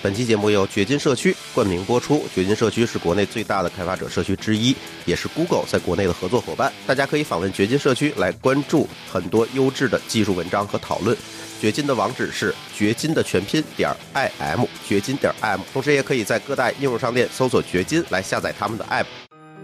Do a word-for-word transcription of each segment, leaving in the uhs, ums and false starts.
本期节目由掘金社区冠名播出。掘金社区是国内最大的开发者社区之一，也是 Google 在国内的合作伙伴。大家可以访问掘金社区来关注很多优质的技术文章和讨论。掘金的网址是掘金的全拼点 im， 掘金点 im， 同时也可以在各大应用商店搜索掘金来下载他们的 app。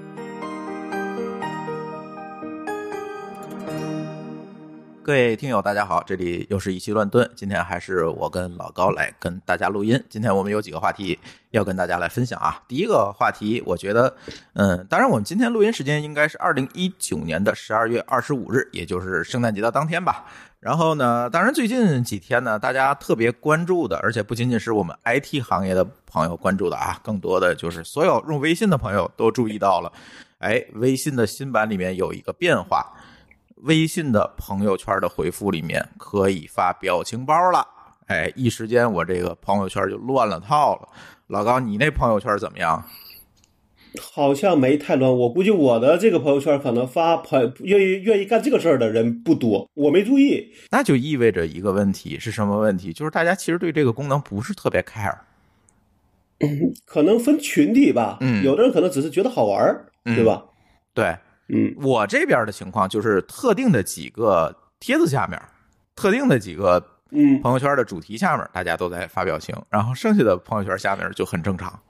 各位听友大家好，这里又是一期乱炖，今天还是我跟老高来跟大家录音。今天我们有几个话题要跟大家来分享啊。第一个话题我觉得嗯，当然我们今天录音时间应该是二零一九年的十二月二十五日，也就是圣诞节的当天吧。然后呢，当然最近几天呢，大家特别关注的，而且不仅仅是我们 I T 行业的朋友关注的啊，更多的就是所有用微信的朋友都注意到了，哎，微信的新版里面有一个变化，微信的朋友圈的回复里面可以发表情包了。哎，一时间我这个朋友圈就乱了套了。老高，你那朋友圈怎么样？ 好像没太乱，我估计我的这个朋友圈可能发朋愿意愿意干这个事儿的人不多，我没注意。 那就意味着一个问题是什么问题？就是大家其实对这个功能不是特别 care。 嗯，可能分群体吧，嗯，有的人可能只是觉得好玩，嗯，对吧？ 对，嗯，我这边的情况就是特定的几个帖子下面，特定的几个嗯朋友圈的主题下面，大家都在发表情，然后剩下的朋友圈下面就很正常。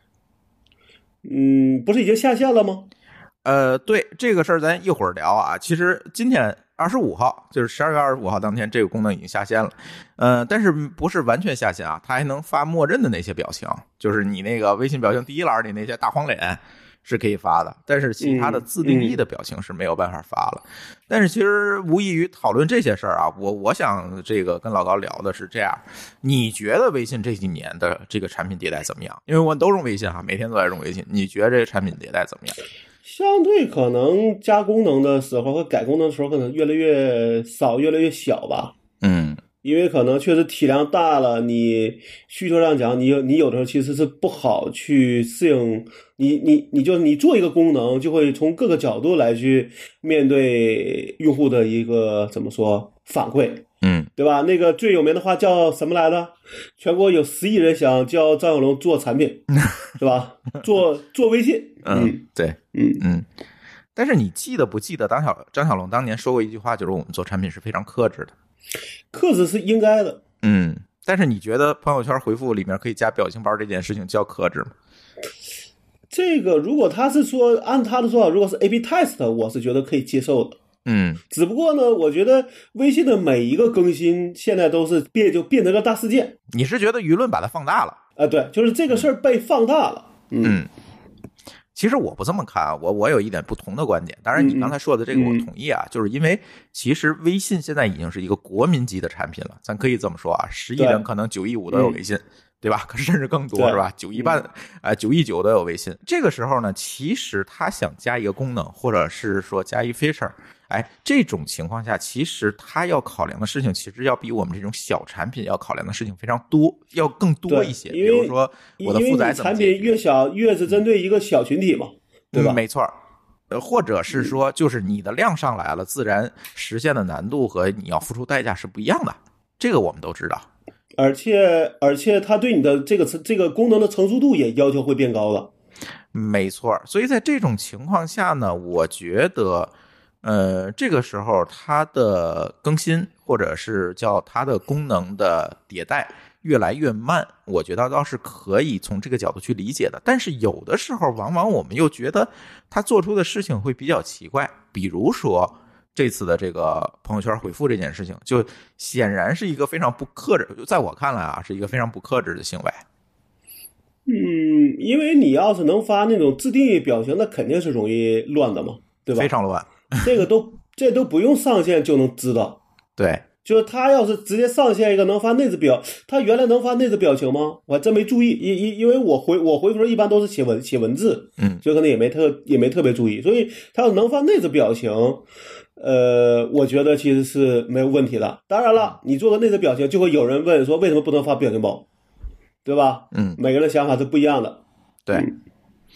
嗯，不是已经下线了吗？ 呃，对，这个事儿咱一会儿聊啊。其实今天二十五号，就是十二月二十五号当天，这个功能已经下线了。呃，但是不是完全下线啊？它还能发默认的那些表情，就是你那个微信表情第一栏里那些大黄脸是可以发的，但是其他的自定义的表情是没有办法发了。嗯嗯、但是其实无异于讨论这些事儿啊，我我想这个跟老高聊的是这样，你觉得微信这几年的这个产品迭代怎么样？因为我都用微信哈，每天都在用微信，你觉得这个产品迭代怎么样？ 相对可能加功能的时候和改功能的时候可能越来越少，越来越小吧。 嗯。 因为可能确实体量大了，你需求上讲，你有你有的时候其实是不好去适应，你你你就你做一个功能，就会从各个角度来去面对用户的一个怎么说反馈， 嗯， 对吧？那个最有名的话叫什么来着？全国有十亿人想教张小龙做产品，是吧？做做微信， 嗯，嗯对， 嗯嗯。但是你记得不记得张小张小龙当年说过一句话，就是我们做产品是非常克制的。 克制是应该的， 嗯，但是你觉得朋友圈回复里面可以加表情包这件事情叫克制吗？ 这个如果他是说按他的说法，如果是 A B test， 我是觉得可以接受的。 嗯， 只不过呢，我觉得微信的每一个更新现在都是变就变成个大事件。 你是觉得舆论把它放大了？ 啊、呃，对，就是这个事儿被放大了。嗯。 嗯，其实我不这么看啊，我我有一点不同的观点。当然，你刚才说的这个我同意啊，嗯、就是因为其实微信现在已经是一个国民级的产品了，咱可以这么说啊，十亿人可能九亿五都有微信，对吧？可是甚至更多是吧？九亿半，呃，九亿九都有微信。这个时候呢，其实他想加一个功能，或者是说加一 feature， 哎，这种情况下，其实他要考量的事情，其实要比我们这种小产品要考量的事情非常多，要更多一些。比如说我的负载怎么解决， 因为产品越小，越是针对一个小群体嘛。对吧？ 嗯，没错，呃，或者是说，就是你的量上来了，自然实现的难度和你要付出代价是不一样的，这个我们都知道。 而且，而且，它对你的这个这个功能的成熟度也要求会变高了。 没错，所以在这种情况下呢，我觉得，呃，这个时候它的更新或者是叫它的功能的迭代越来越慢，我觉得倒是可以从这个角度去理解的。但是有的时候往往我们又觉得他做出的事情会比较奇怪，比如说这次的这个朋友圈回复这件事情，就显然是一个非常不克制，在我看来啊，是一个非常不克制的行为。 嗯，因为你要是能发那种自定义表情，那肯定是容易乱的嘛，对吧？ 非常乱， 这个都这都不用上线就能知道。 对。 就是他要是直接上线一个能发内置表，他原来能发内置表情吗？我还真没注意，因因因为我回我回复一般都是写文写文字， 嗯， 就可能也没特也没特别注意，所以他要能发内置表情，呃，我觉得其实是没有问题的。当然了，你做个内置表情，就会有人问说为什么不能发表情包，对吧？ 嗯， 每个人的想法是不一样的。 对。 嗯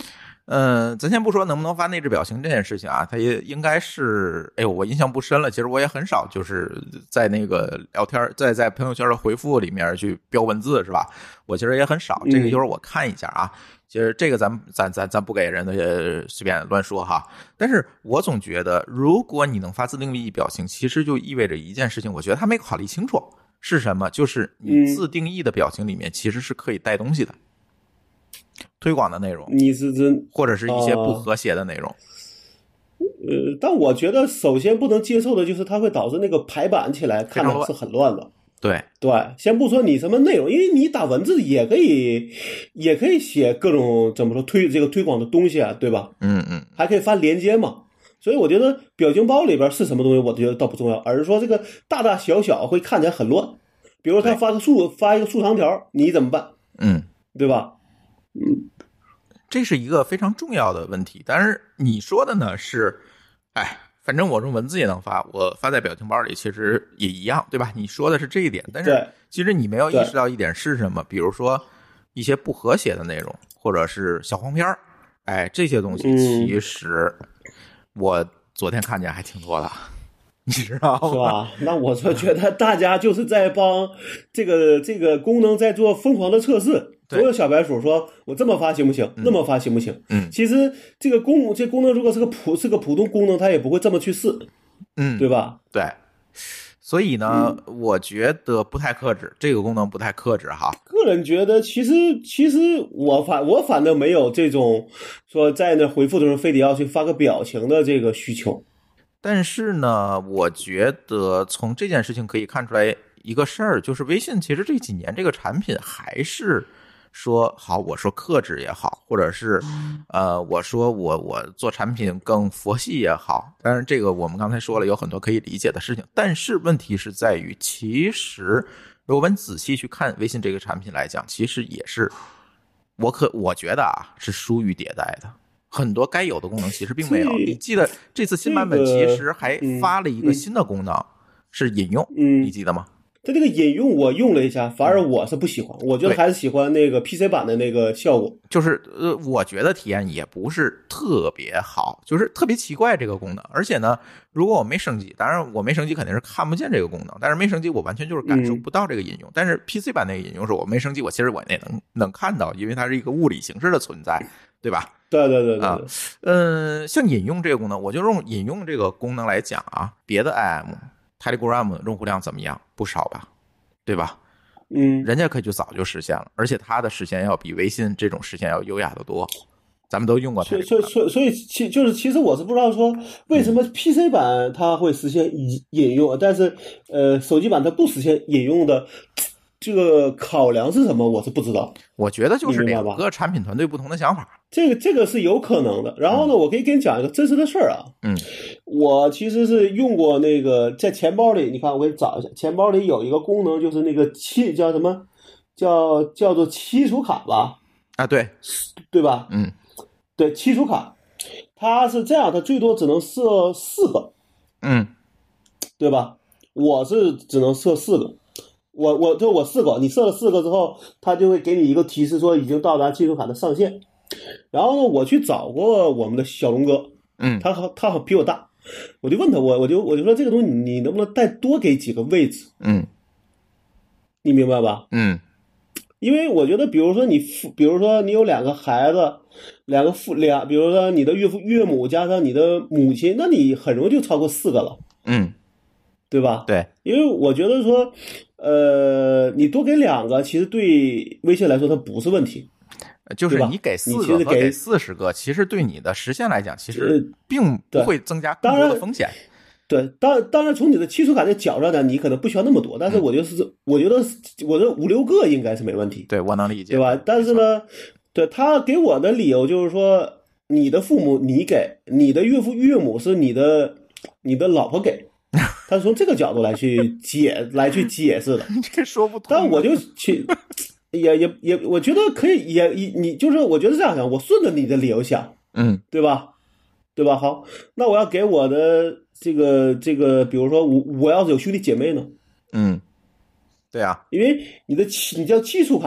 嗯、呃，咱先不说能不能发内置表情这件事情啊，它也应该是，哎呦，我印象不深了。其实我也很少就是在那个聊天，在在朋友圈的回复里面去标文字，是吧？我其实也很少。这个一会儿我看一下啊。嗯、其实这个咱咱咱咱不给人的随便乱说哈。但是我总觉得，如果你能发自定义表情，其实就意味着一件事情，我觉得他没考虑清楚是什么，就是你自定义的表情里面其实是可以带东西的。推广的内容， 你是真或者是一些不和谐的内容。 呃，但我觉得首先不能接受的就是它会导致那个排版起来看着是很乱的。 对对，先不说你什么内容，因为你打文字也可以，也可以写各种怎么说推这个推广的东西啊，对吧？ 嗯嗯， 还可以发连接嘛。所以我觉得表情包里边是什么东西，我觉得倒不重要，而是说这个大大小小会看起来很乱。比如说他发个竖发一个竖长条，你怎么办？ 嗯， 对吧？嗯， 这是一个非常重要的问题。但是你说的呢是，哎，反正我用文字也能发，我发在表情包里其实也一样，对吧？你说的是这一点，但是其实你没有意识到一点是什么，比如说一些不和谐的内容，或者是小黄片，哎，这些东西其实我昨天看见还挺多的。你知道吗？ 是吧？那我就觉得大家就是在帮这个这个功能在做疯狂的测试。所有小白鼠说：“我这么发行不行？ 嗯、 那么发行不行？” 嗯， 其实这个功这功能如果是个普是个普通功能，它也不会这么去试， 嗯， 对吧？ 对。所以呢，嗯、我觉得不太克制，这个功能不太克制哈。 个人觉得，其实其实我反我反正没有这种说在那回复的时候非得要去发个表情的这个需求。 但是呢，我觉得从这件事情可以看出来一个事儿，就是微信其实这几年这个产品还是说好，我说克制也好，或者是呃，我说我我做产品更佛系也好，当然这个我们刚才说了有很多可以理解的事情，但是问题是在于，其实如果我们仔细去看微信这个产品来讲，其实也是我可我觉得啊是疏于迭代的。很多该有的功能其实并没有。你记得这次新版本其实还发了一个新的功能，嗯、是引用， 嗯， 你记得吗？ 它这个引用我用了一下，反而我是不喜欢，我觉得还是喜欢那个 P C 版的那个效果。 就是呃，我觉得体验也不是特别好，就是特别奇怪这个功能。而且呢，如果我没升级，当然我没升级肯定是看不见这个功能，但是没升级我完全就是感受不到这个引用。嗯、但是 P C 版那个引用是我没升级，我其实我也能能看到，因为它是一个物理形式的存在，对吧？ 对对对对啊，嗯、呃，像引用这个功能，我就用引用这个功能来讲啊，别的 I M、Telegram 用户量怎么样？不少吧，对吧？ 嗯， 人家可就早就实现了，而且它的实现要比微信这种实现要优雅得多。咱们都用过它， 所以所以所以所以其就是其实我是不知道说为什么 P C 版它会实现引引用，但是呃手机版它不实现引用的。这个考量是什么？我是不知道。 我觉得就是两个产品团队不同的想法。 这个这个是有可能的。然后呢，嗯、我可以给你讲一个真实的事儿啊。 嗯， 我其实是用过那个在钱包里，你看我给你找一下，钱包里有一个功能，就是那个期叫什么，叫叫做期储卡吧？ 啊，对， 对吧？ 嗯， 对，期储卡，它是这样，它最多只能设四个。 嗯， 对吧？我是只能设四个。我我就我四个，你设了四个之后，它就会给你一个提示说已经到达基础卡的上限。然后呢，我去找过我们的小龙哥， 嗯， 他好他好比我大，我就问他，我我就我就说这个东西你你能不能再多给几个位置？ 嗯， 你明白吧？ 嗯， 因为我觉得，比如说你父，比如说你有两个孩子，两个父两，比如说你的岳父岳母加上你的母亲，那你很容易就超过四个了。 嗯。 对吧？ 对， 因为我觉得说，呃，你多给两个，其实对微信来说它不是问题。 就是你给四个和给四十个，其实对你的实现来讲，其实并不会增加更多的风险。 对，当当然从你的基础卡的角度讲，你可能不需要那么多，但是我觉得是，嗯、我觉得我这五六个应该是没问题。 对，我能理解， 对吧？但是呢，对他给我的理由就是说，你的父母你给，你的岳父岳母是你的你的老婆给。他是从这个角度来去解来去解释的， 这说不通。 但我就去也也也，我觉得可以也你就是我觉得这样想，我顺着你的理由想， 嗯， 对吧？对吧？好，那我要给我的这个这个，比如说我我要是有兄弟姐妹呢， 嗯，对啊， 因为你的你叫基础卡，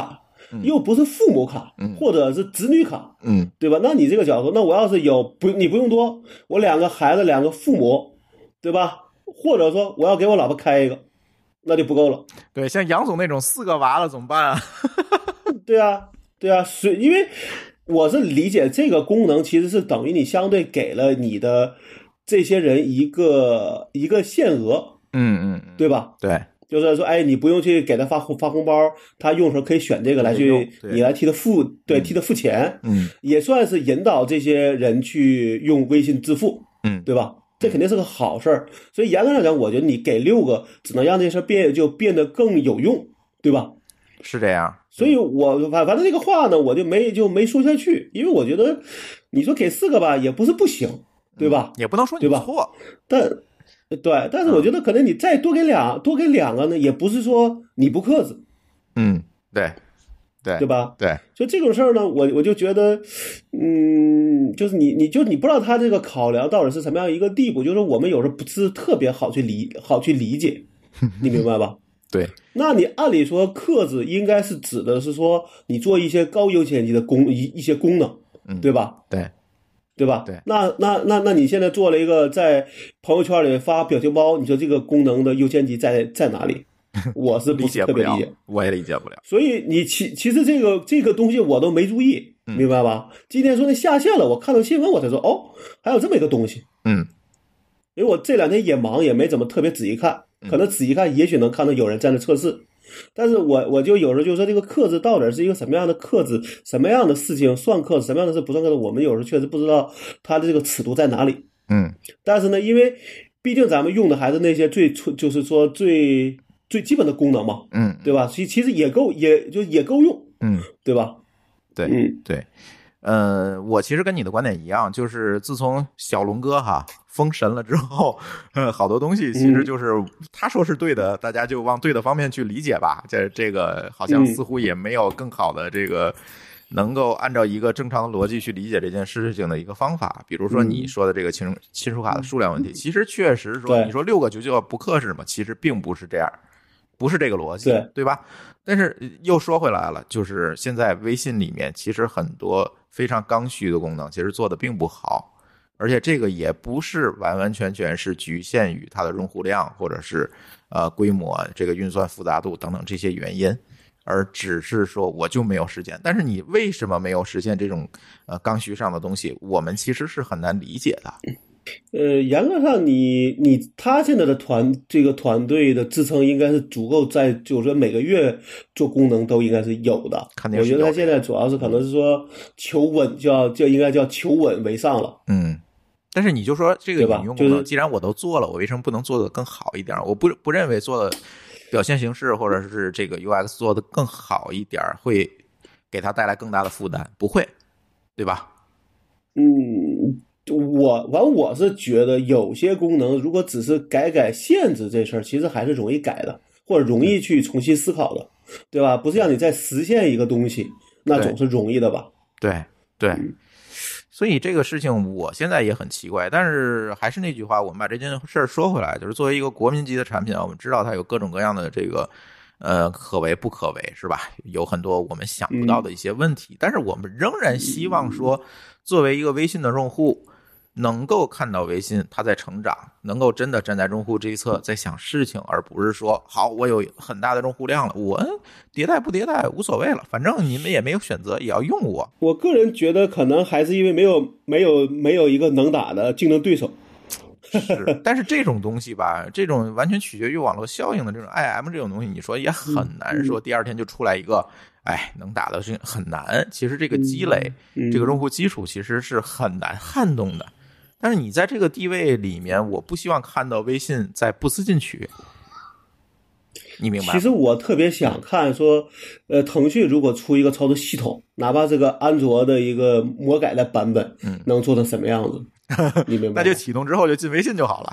又不是父母卡， 嗯、 或者是子女卡， 嗯， 对吧？那你这个角度，那我要是有不，你不用多，我两个孩子，两个父母，对吧？或者说我要给我老婆开一个，那就不够了。 对，像杨总那种四个娃了怎么办啊？ 对啊，对啊，所以因为我是理解这个功能其实是等于你相对给了你的这些人一个一个限额， 嗯嗯， 对吧？ 对。 就是说，哎，你不用去给他发发红包，他用的时候可以选这个来去，你来替他付，对，替他付钱， 嗯， 也算是引导这些人去用微信支付， 嗯， 对吧？这肯定是个好事儿。所以严格上讲，我觉得你给六个，只能让这事儿变就变得更有用，对吧？ 是这样。 所以我反反正这个话呢，我就没就没说下去，因为我觉得你说给四个吧，也不是不行，对吧？ 也不能说你错， 但。对，但是我觉得可能你再多给俩，多给两个呢，也不是说你不克制， 嗯，对，对， 对吧？ 对， 所以这种事儿呢，我我就觉得，嗯，就是你，你就你不知道他这个考量到底是什么样一个地步，就是我们有时候不是特别好去理，好去理解，你明白吧？ 对， 那你按理说克制应该是指的是说你做一些高优先级的功一一些功能， 嗯， 对吧？ 对。 对吧？ 对， 那那那那你现在做了一个在朋友圈里发表情包，你说这个功能的优先级在在哪里？我是不是特别理解， 我也理解不了。 所以你其其实这个这个东西我都没注意，明白吧？嗯、今天说那下线了，我看到新闻我才说哦，还有这么一个东西。 嗯， 因为我这两天也忙，也没怎么特别仔细看，可能仔细看也许能看到有人在那测试。但是我我就有时候就说这个克制到底是一个什么样的克制，什么样的事情算克制，什么样的事不算克制，我们有时候确实不知道它的这个尺度在哪里。 嗯， 但是呢，因为毕竟咱们用的还是那些最就是说最最基本的功能嘛， 嗯， 对吧？其其实也够，也就也够用， 嗯， 对吧？ 对，嗯，对。呃，我其实跟你的观点一样，就是自从小龙哥哈封神了之后，呃，好多东西其实就是他说是对的，大家就往对的方面去理解吧。这这个好像似乎也没有更好的这个能够按照一个正常的逻辑去理解这件事情的一个方法。比如说你说的这个亲亲属卡的数量问题，其实确实说你说六个就就要不克制嘛，其实并不是这样，不是这个逻辑，对，对吧？但是又说回来了，就是现在微信里面其实很多非常刚需的功能其实做的并不好，而且这个也不是完完全全是局限于它的用户量或者是呃规模、这个运算复杂度等等这些原因，而只是说我就没有实现。但是你为什么没有实现这种呃刚需上的东西，我们其实是很难理解的。 呃，严格上你你他现在的团这个团队的支撑应该是足够在，就是说每个月做功能都应该是有的。 肯定是有的。 我觉得他现在主要是可能是说求稳，叫就应该叫求稳为上了。 嗯，但是你就说这个引用功能，既然我都做了，我为什么不能做得更好一点？我不不认为做的表现形式或者是这个 U X 做得更好一点会给它带来更大的负担，不会，对吧？ 嗯。我完我是觉得有些功能如果只是改改限制这事儿，其实还是容易改的，或者容易去重新思考的，对吧？不是让你再实现一个东西，那总是容易的吧？ 对对、嗯，所以这个事情我现在也很奇怪，但是还是那句话，我们把这件事说回来，就是作为一个国民级的产品啊，我们知道它有各种各样的这个呃可为不可为，是吧？有很多我们想不到的一些问题，嗯、但是我们仍然希望说，作为一个微信的用户。能够看到微信它在成长，能够真的站在用户这一侧在想事情，而不是说好我有很大的用户量了，我迭代不迭代无所谓了，反正你们也没有选择，也要用我。 我个人觉得可能还是因为没有没有没有一个能打的竞争对手。 是，但是这种东西吧，这种完全取决于网络效应的这种 I M 这种东西，你说也很难说第二天就出来一个，哎，能打的事情很难。其实这个积累，这个用户基础其实是很难撼动的。但是你在这个地位里面，我不希望看到微信在不思进取，你明白吗？ 其实我特别想看说，呃，腾讯如果出一个操作系统，哪怕这个安卓的一个魔改的版本，嗯，能做成什么样子？你明白？ 那就启动之后就进微信就好了，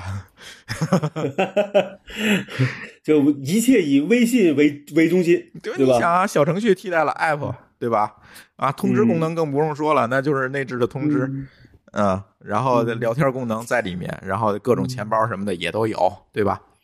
就一切以微信为为中心，对吧？ 你想啊，小程序替代了 App， 对吧？啊，通知功能更不用说了，嗯、那就是内置的通知。嗯嗯，然后聊天功能在里面，然后各种钱包什么的也都有，对吧？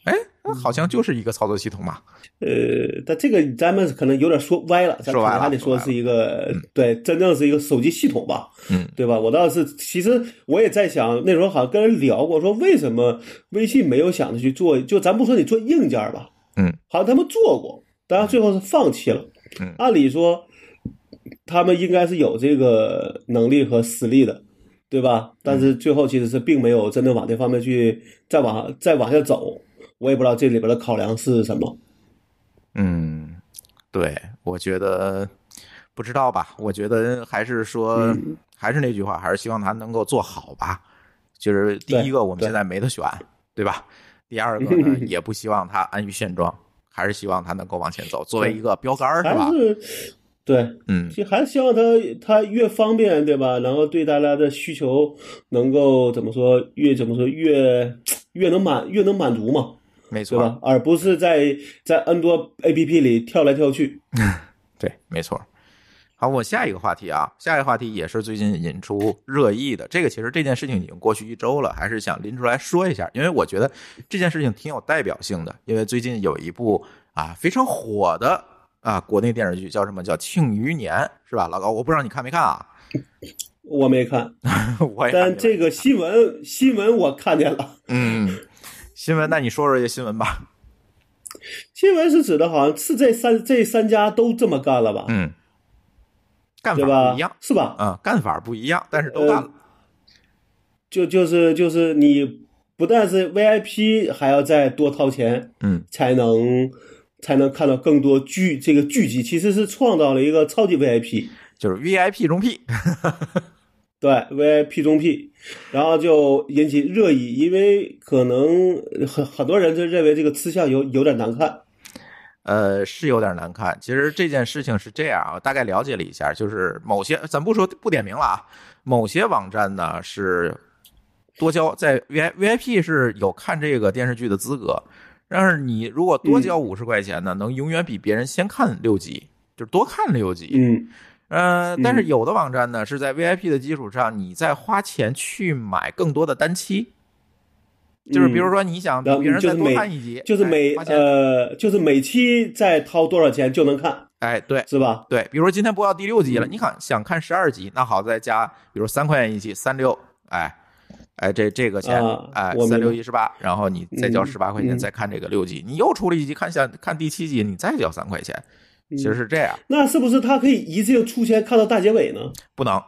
哎，好像就是一个操作系统嘛。 呃，但这个咱们可能有点说歪了，咱可能还得说是一个、嗯、对，真正是一个手机系统吧， 嗯， 对吧？我倒是其实我也在想，那时候好像跟人聊过，说为什么微信没有想着去做，就咱不说你做硬件吧， 嗯， 好像他们做过，当然最后是放弃了。 嗯， 按理说他们应该是有这个能力和实力的，对吧？但是最后其实是并没有真正往这方面去再往再往下走。我也不知道这里边的考量是什么。 嗯，对，我觉得不知道吧。我觉得还是说，嗯、还是那句话，还是希望他能够做好吧。就是第一个，我们现在没得选， 对, 对吧？第二个呢，也不希望他安于现状，还是希望他能够往前走，作为一个标杆，是吧？ 是对， 嗯， 其实还是希望他他越方便，对吧？然后对大家的需求能够怎么说，越怎么说越越能满越能满足嘛。 没错， 对吧？而不是在在 N 多 A P P 里跳来跳去。 对，没错。好，我下一个话题啊，下一个话题也是最近引出热议的。这个其实这件事情已经过去一周了，还是想拎出来说一下，因为我觉得这件事情挺有代表性的。因为最近有一部啊非常火的啊国内电视剧，叫什么？叫《庆余年》，是吧？老高，我不知道你看没看啊？ 我没看， 我也看。 但这个新闻新闻我看见了。 嗯。新闻，那你说说这新闻吧。 新闻是指的好像是这三这三家都这么干了吧？ 嗯，干法不一样， 是吧？ 啊、嗯，干法不一样，但是都干了。呃、 就就是就是你不但是 V I P 还要再多掏钱， 嗯， 才能才能看到更多剧这个剧集，其实是创造了一个超级 V I P， 就是 V I P 中 P。 对 V I P 中 P， 然后就引起热议，因为可能很很多人就认为这个吃相有有点难看， 呃，是有点难看。其实这件事情是这样啊，我大概了解了一下，就是某些咱不说不点名了啊，某些网站呢是多交在 V I V I P 是有看这个电视剧的资格，但是你如果多交五十块钱呢，嗯、能永远比别人先看六集，就是多看六集， 嗯。 呃，但是有的网站呢是在 V I P 的基础上，你再花钱去买更多的单期，就是比如说你想比别人再多看一集， 就是每、哎、呃，就是每期再掏多少钱就能看， 哎，对， 是吧？ 对，比如说今天播到第六集了，嗯、你看想看十二集，那好，再加比如三块钱一集，三六，哎，哎，这这个钱， 啊、 哎，三六一十八，然后你再交十八块钱，再看这个六集，嗯、你又出了一集，看下看第七集，你再交三块钱。其实是这样， 那是不是他可以一次性出钱看到大结尾呢？ 不能，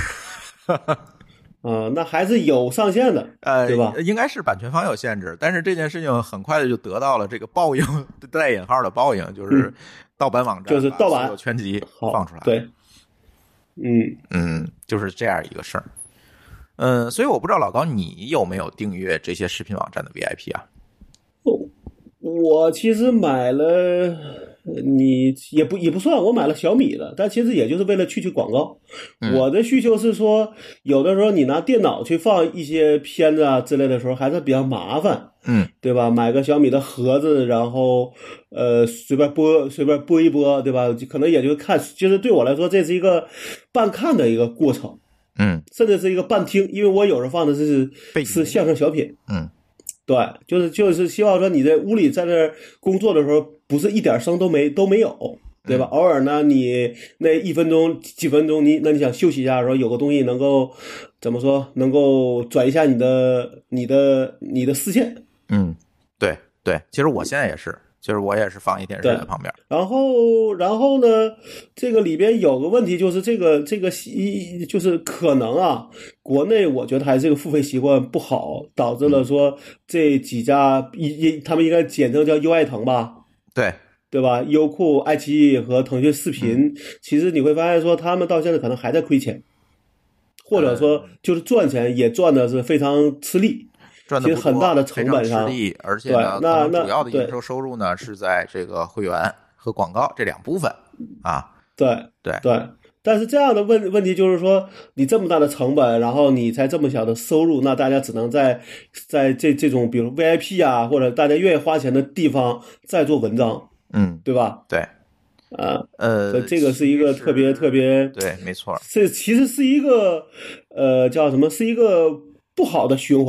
啊，那还是有上限的， 呃， 对吧？ 应该是版权方有限制，但是这件事情很快的就得到了这个报应，带引号的报应，就是盗版网站、 嗯、就是盗版所有全集放出来， 对，嗯嗯，就是这样一个事儿。嗯，所以我不知道老高你有没有订阅这些视频网站的 V I P 啊？ 哦，我其实买了。你也不也不算，我买了小米的，但其实也就是为了去去广告。 嗯、 我的需求是说，有的时候你拿电脑去放一些片子啊之类的时候，还是比较麻烦， 嗯， 对吧？买个小米的盒子，然后呃随便播随便播一播，对吧？可能也就看，就是对我来说，这是一个半看的一个过程， 嗯， 甚至是一个半听，因为我有时候放的是是相声小品， 嗯。 对，就是就是希望说你在屋里在那工作的时候，不是一点声都没都没有，对吧？嗯、偶尔呢，你那一分钟几分钟，你那你想休息一下的时候，有个东西能够怎么说，能够转一下你的你的你的视线。 嗯，对对，其实我现在也是。就是我也是放一电视在旁边， 然后，然后呢，这个里边有个问题，就是这个这个就是可能啊，国内我觉得还是这个付费习惯不好，导致了说这几家一他们应该简称叫优爱腾吧， 对对吧？优酷、爱奇艺和腾讯视频，嗯、其实你会发现说他们到现在可能还在亏钱，或者说就是赚钱也赚的是非常吃力。 赚的其实很大的成本上， 而且呢， 那主要的营收收入呢是在这个会员和广告这两部分啊。 对对对，但是这样的问问题就是说，你这么大的成本，然后你才这么小的收入，那大家只能在在这这种比如 V I P 啊，或者大家愿意花钱的地方再做文章， 嗯， 对吧？ 对， 啊， 呃， 所以这个是一个特别特别对，没错， 这其实是一个呃叫什么？是一个不好的循环。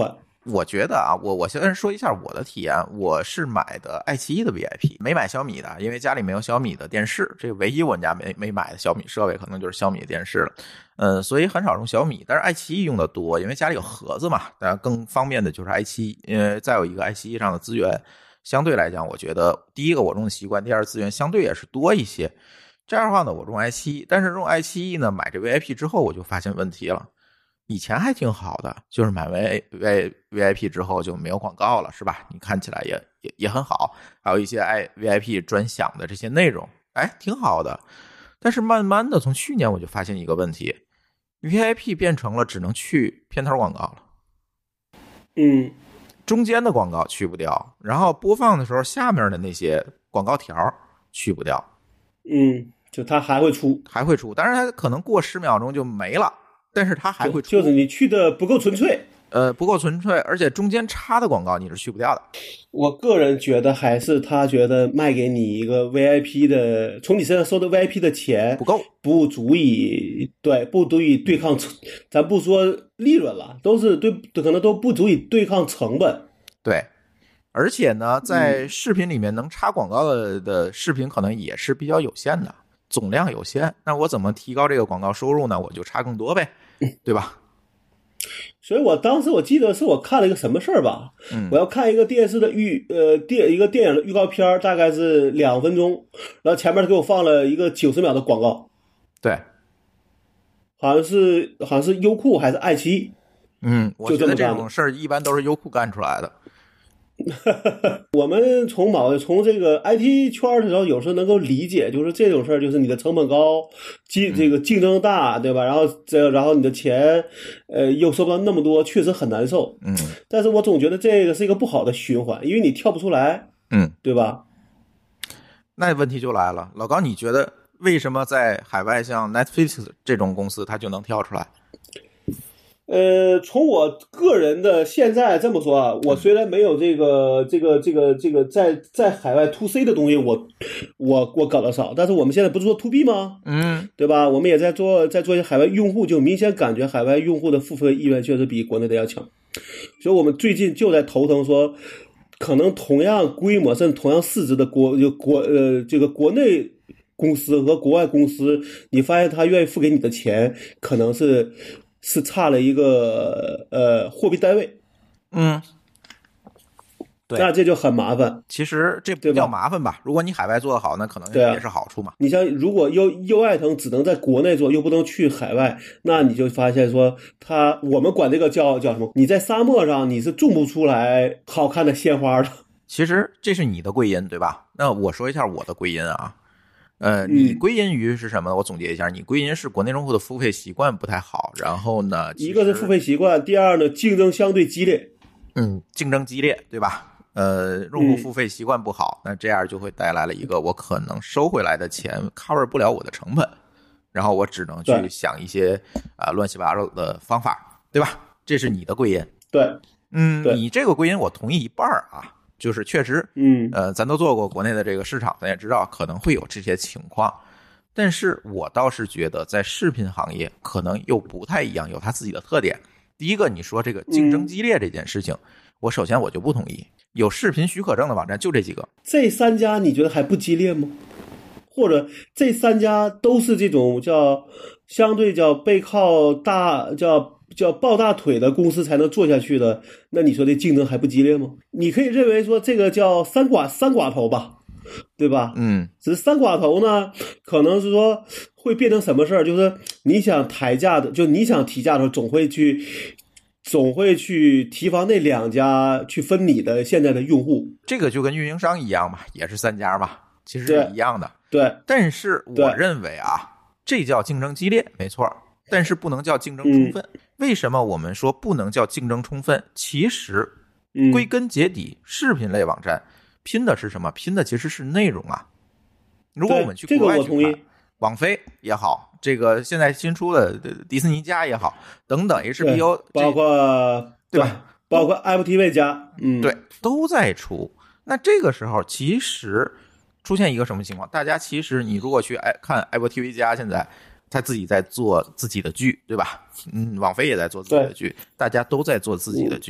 我觉得啊，我我先说一下我的体验，我是买的爱奇艺的 V I P， 没买小米的，因为家里没有小米的电视，这个唯一我们家没没买的小米设备可能就是小米的电视了，嗯，所以很少用小米，但是爱奇艺用的多，因为家里有盒子嘛，当然更方便的就是爱奇艺，因为再有一个爱奇艺上的资源，相对来讲，我觉得第一个我用的习惯，第二资源相对也是多一些。这样的话呢，我用爱奇艺，但是用爱奇艺呢，买这 V I P 之后，我就发现问题了。以前还挺好的，就是买 V I P 之后就没有广告了，是吧？你看起来也也也很好，还有一些 V I P 专享的这些内容，哎，挺好的。但是慢慢的，从去年我就发现一个问题 ，V I P 变成了只能去片头广告了， 嗯， 中间的广告去不掉，然后播放的时候下面的那些广告条去不掉， 嗯，就它还会出， 还会出，但是它可能过十秒钟就没了。但是它还会出， 就是你去的不够纯粹， 呃，不够纯粹，而且中间插的广告你是去不掉的。 我个人觉得还是他觉得卖给你一个 V I P 的，从你身上收的 V I P 的钱不够， 不足以对，不足以对抗，咱不说利润了，都是对，可能都不足以对抗成本。 对，而且呢，在视频里面能插广告的的视频可能也是比较有限的，总量有限。那我怎么提高这个广告收入呢？我就插更多呗。对吧？ 所以我当时我记得是我看了一个什么事儿吧， 嗯， 我要看一个电视的预呃电一个电影的预告片，大概是两分钟，然后前面给我放了一个九十秒的广告， 对， 好像是好像是优酷还是爱奇艺， 嗯，我觉得这种事儿一般都是优酷干出来的。 我们从某从这个 I T 圈的时候，有时候能够理解，就是这种事儿，就是你的成本高，竞这个竞争大，对吧？然后这然后你的钱，呃，又收不到那么多，确实很难受。 嗯， 但是我总觉得这个是一个不好的循环，因为你跳不出来， 嗯， 对吧？ 那问题就来了，老高，你觉得为什么在海外像 Netflix 这种公司，它就能跳出来？ 呃，从我个人的现在这么说啊，我虽然没有这个这个这个这个在在海外 to C 的东西我，我我我搞得少，但是我们现在不是做 to B 吗？ 嗯， 对吧？我们也在做在做一些海外用户，就明显感觉海外用户的付费意愿确实比国内的要强，所以我们最近就在头疼说，可能同样规模甚至同样市值的国就国呃这个国内公司和国外公司，你发现他愿意付给你的钱，可能是。是差了一个呃货币单位， 嗯，对， 那这就很麻烦。 其实这不叫麻烦吧？如果你海外做得好，那可能也是好处嘛。 啊、你像如果优优爱腾只能在国内做，又不能去海外，那你就发现说，它我们管这个叫叫什么？你在沙漠上你是种不出来好看的鲜花的。 其实这是你的归因，对吧？那我说一下我的归因啊。呃，你归因于是什么？我总结一下，你归因是国内用户的付费习惯不太好，然后呢， 一个是付费习惯，第二呢，竞争相对激烈。 嗯，竞争激烈，对吧？呃，用户付费习惯不好，嗯、那这样就会带来了一个我可能收回来的钱 cover 不了我的成本，然后我只能去想一些啊、呃、乱七八糟的方法，对吧？这是你的归因。 对， 嗯，你这个归因我同意一半啊。就是确实， 嗯， 呃，咱都做过国内的这个市场，咱也知道可能会有这些情况，但是我倒是觉得在视频行业可能又不太一样，有它自己的特点。第一个，你说这个竞争激烈这件事情，嗯、我首先我就不同意。有视频许可证的网站就这几个， 这三家你觉得还不激烈吗？或者这三家都是这种叫相对叫背靠大叫。叫抱大腿的公司才能做下去的，那你说这竞争还不激烈吗？你可以认为说这个叫三寡三寡头吧，对吧？ 嗯， 只是三寡头呢，可能是说会变成什么事儿？就是你想抬价的，就你想提价的时候，总会去，总会去提防那两家去分你的现在的用户。 这个就跟运营商一样嘛，也是三家嘛，其实是一样的。 对， 但是我认为啊，这叫竞争激烈，没错。但是不能叫竞争充分、嗯、为什么我们说不能叫竞争充分？其实归根结底、嗯、视频类网站拼的是什么？拼的其实是内容啊。如果我们去国外去看、这个、网飞也好，这个现在新出的迪士尼加也好等等 H B O 包括对, 对吧包括 Apple T V 加嗯， 对，都在出。那这个时候其实出现一个什么情况？大家其实你如果去看 Apple T V 加现在他自己在做自己的剧，对吧？嗯，网飞也在做自己的剧，大家都在做自己的剧。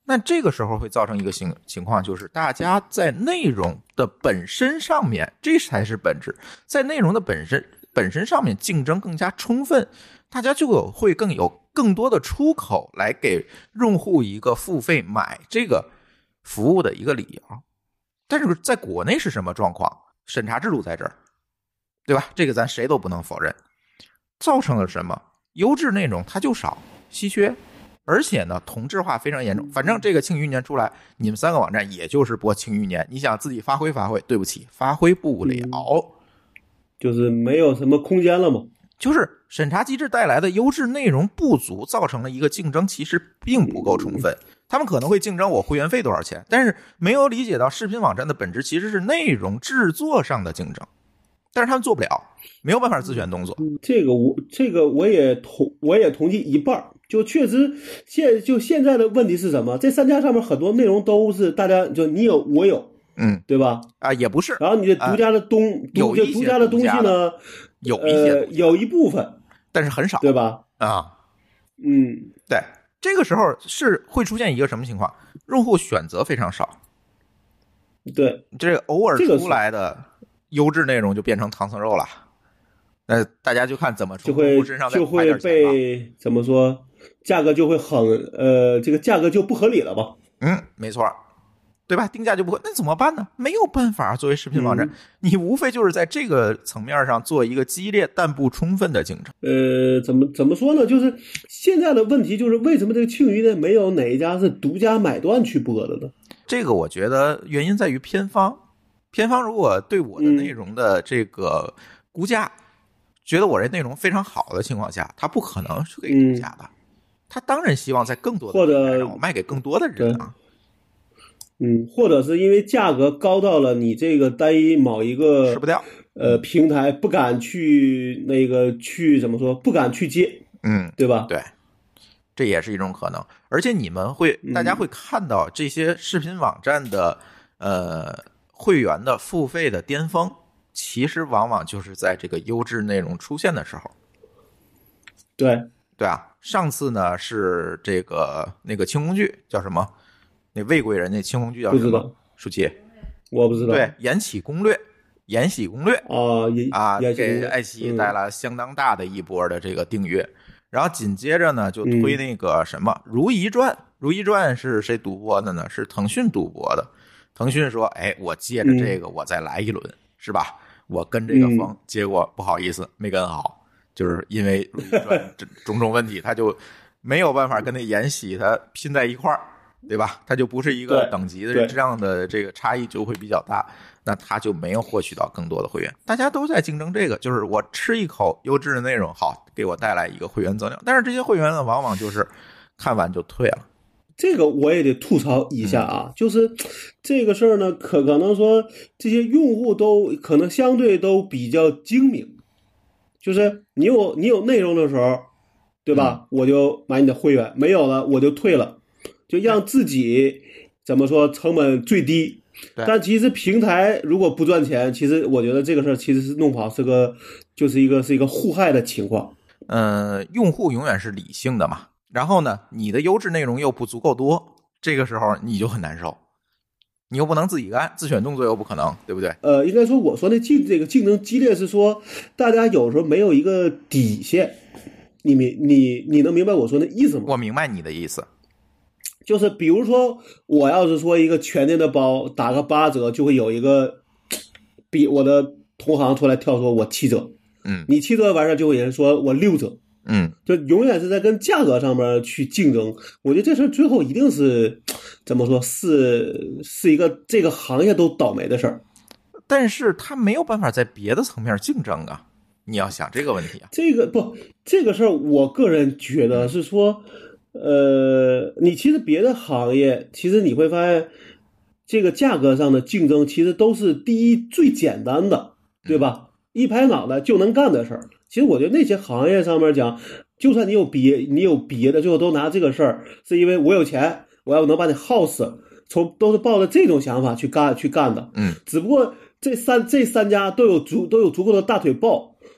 那这个时候会造成一个情情况，就是大家在内容的本身上面，这才是本质，在内容的本身本身上面竞争更加充分，大家就有会更有更多的出口来给用户一个付费买这个服务的一个理由。但是在国内是什么状况？审查制度在这儿，对吧？这个咱谁都不能否认，造成了什么？优质内容它就少，稀缺。而且呢，同质化非常严重。反正这个庆余年出来，你们三个网站也就是播庆余年，你想自己发挥发挥，对不起，发挥不了，嗯、 就是没有什么空间了嘛。 就是审查机制带来的优质内容不足，造成了一个竞争其实并不够充分。他们可能会竞争我会员费多少钱，但是没有理解到视频网站的本质其实是内容制作上的竞争，但是他们做不了，没有办法自选动作。 这个我这个我也同我也同意一半。就确实现就现在的问题是什么？这三家上面很多内容都是大家就你有我有， 嗯， 对吧？ 啊，也不是。 然后你的独家的东、呃、 有一些独家的东西呢， 有一些、 呃、有一部分， 但是很少， 对吧？ 啊， 嗯， 对，这个时候是会出现一个什么情况？用户选择非常少， 对， 这个偶尔出来的优质内容就变成唐僧肉了。那大家就看怎么从用户身上再就会被怎么说？价格就会很呃，这个价格就不合理了吧？ 嗯，没错，对吧？定价就不会，那怎么办呢？没有办法。作为视频网站，嗯、你无非就是在这个层面上做一个激烈但不充分的竞争。 呃，怎么怎么说呢？就是现在的问题就是为什么这个庆余呢没有哪一家是独家买断去播的呢？ 这个我觉得原因在于偏方，偏方如果对我的内容的这个估价。嗯觉得我这内容非常好的情况下，他不可能是给独家的，嗯、他当然希望在更多的或者让我卖给更多的人啊。 嗯，或者是因为价格高到了你这个单一某一个吃不掉， 呃平台不敢去那个去怎么说，不敢去接， 嗯， 对吧？ 对，这也是一种可能。而且你们会，大家会看到这些视频网站的呃会员的付费的巅峰。其实往往就是在这个优质内容出现的时候。 对对啊，上次呢是这个那个轻工剧叫什么？那魏贵人那轻工剧叫什么？舒淇， 我不知道。 对，《延禧攻略》，《延禧攻略》 啊啊，给爱奇艺带来相当大的一波的这个订阅。嗯、然后紧接着呢就推那个什么《如懿传》，《如懿传》是谁独播的呢？是腾讯独播的。腾讯说：“哎，我借着这个我再来一轮。嗯”是吧？我跟这个风，嗯、结果不好意思没跟好，就是因为如懿传种种问题，他就没有办法跟那延禧他拼在一块儿，对吧？他就不是一个等级的，这样的这个差异就会比较大，那他就没有获取到更多的会员。大家都在竞争这个，就是我吃一口优质的内容，好给我带来一个会员增量，但是这些会员呢，往往就是看完就退了。 这个我也得吐槽一下啊，嗯、就是这个事儿呢，可可能说这些用户都可能相对都比较精明，就是你有你有内容的时候，对吧？嗯、我就买你的会员，没有了我就退了，就让自己怎么说成本最低。但其实平台如果不赚钱，其实我觉得这个事儿其实是弄不好是个就是一个是一个互害的情况。 呃，用户永远是理性的嘛。然后呢，你的优质内容又不足够多，这个时候你就很难受，你又不能自己干，自选动作又不可能，对不对？ 呃，应该说我说的竞这个竞争激烈是说，大家有时候没有一个底线，你明你你能明白我说的意思吗？ 我明白你的意思， 就是比如说我要是说一个全年的包打个八折，就会有一个比我的同行出来跳说我七折， 嗯， 你七折完事就会有人说我六折。 嗯， 就永远是在跟价格上面去竞争，我觉得这事最后一定是怎么说，是是一个这个行业都倒霉的事儿。 但是他没有办法在别的层面竞争啊，你要想这个问题啊。 这个不，这个事儿，我个人觉得是说，呃，你其实别的行业，其实你会发现，这个价格上的竞争其实都是第一最简单的，对吧？一拍脑袋就能干的事儿。其实我觉得那些行业上面讲，就算你有别你有别的，最后都拿这个事儿，是因为我有钱，我要能把你耗死，从都是抱着这种想法去干去干的。 嗯， 只不过这三这三家都有足都有足够的大腿抱，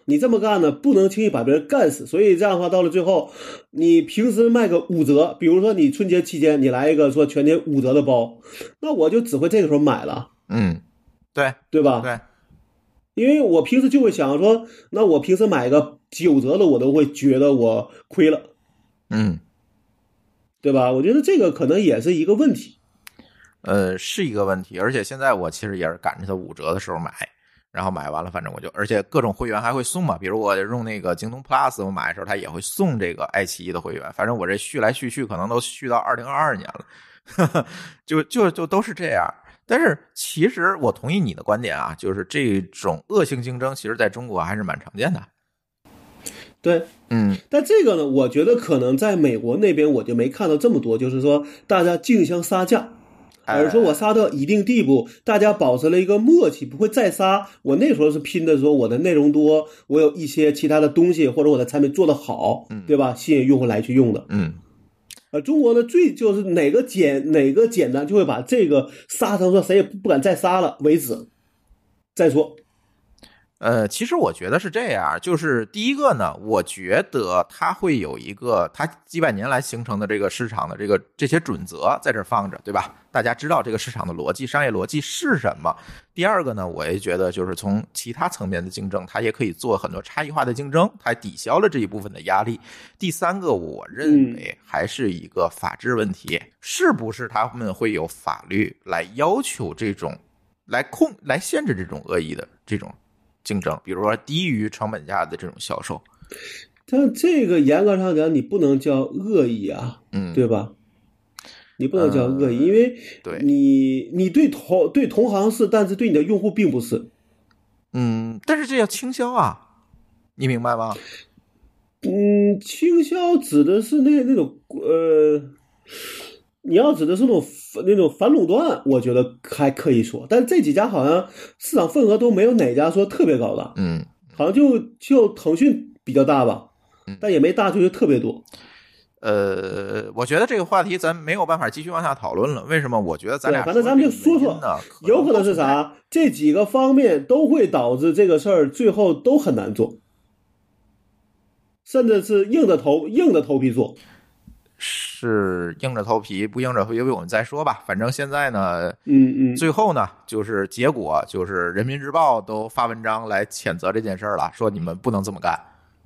你这么干呢，不能轻易把别人干死，所以这样的话，到了最后，你平时卖个五折，比如说你春节期间你来一个说全年五折的包，那我就只会这个时候买了， 嗯，对对吧？ 对， 因为我平时就会想说，那我平时买个九折的，我都会觉得我亏了， 嗯， 对吧？我觉得这个可能也是一个问题。 呃，是一个问题，而且现在我其实也是赶着它五折的时候买，然后买完了，反正我就，而且各种会员还会送嘛，比如我用那个京东 Plus 我买的时候，它也会送这个爱奇艺的会员，反正我这续来续去，可能都续到二零二二年了，呵呵，就就就都是这样。但是其实我同意你的观点啊，就是这种恶性竞争，其实在中国还是蛮常见的。 对， 嗯， 但这个呢，我觉得可能在美国那边我就没看到这么多，就是说大家竞相杀价。而说我杀到一定地步，大家保持了一个默契，不会再杀。我那时候是拼的说我的内容多，我有一些其他的东西，或者我的产品做得好，对吧？吸引用户来去用的。 嗯， 呃，中国呢最就是哪个简哪个简单，就会把这个杀成说谁也不敢再杀了为止，再说。 呃，其实我觉得是这样，就是第一个呢，我觉得它会有一个它几百年来形成的这个市场的这个这些准则在这放着，对吧？大家知道这个市场的逻辑、商业逻辑是什么。第二个呢，我也觉得就是从其他层面的竞争，它也可以做很多差异化的竞争，它抵消了这一部分的压力。第三个，我认为还是一个法治问题，是不是他们会有法律来要求这种、来控、来限制这种恶意的这种竞争，比如说低于成本价的这种销售。 但这个严格上讲，你不能叫恶意啊， 嗯， 对吧？你不能叫恶意，呃、因为你你对同对同行是，但是对你的用户并不是。 嗯，但是这叫倾销啊，你明白吗？ 嗯，倾销指的是那那种呃，你要指的是那种那种反垄断，我觉得还可以说，但这几家好像市场份额都没有哪家说特别高的， 嗯， 好像就就腾讯比较大吧，但也没大出去特别多。 呃，我觉得这个话题咱没有办法继续往下讨论了。为什么？我觉得咱俩反正咱们就说说，有可能是啥？这几个方面都会导致这个事儿最后都很难做，甚至是硬着头硬着头皮做。 是硬着头皮不硬着头皮，我们再说吧。反正现在呢， 嗯嗯， 最后呢，就是结果就是人民日报都发文章来谴责这件事儿了，说你们不能这么干。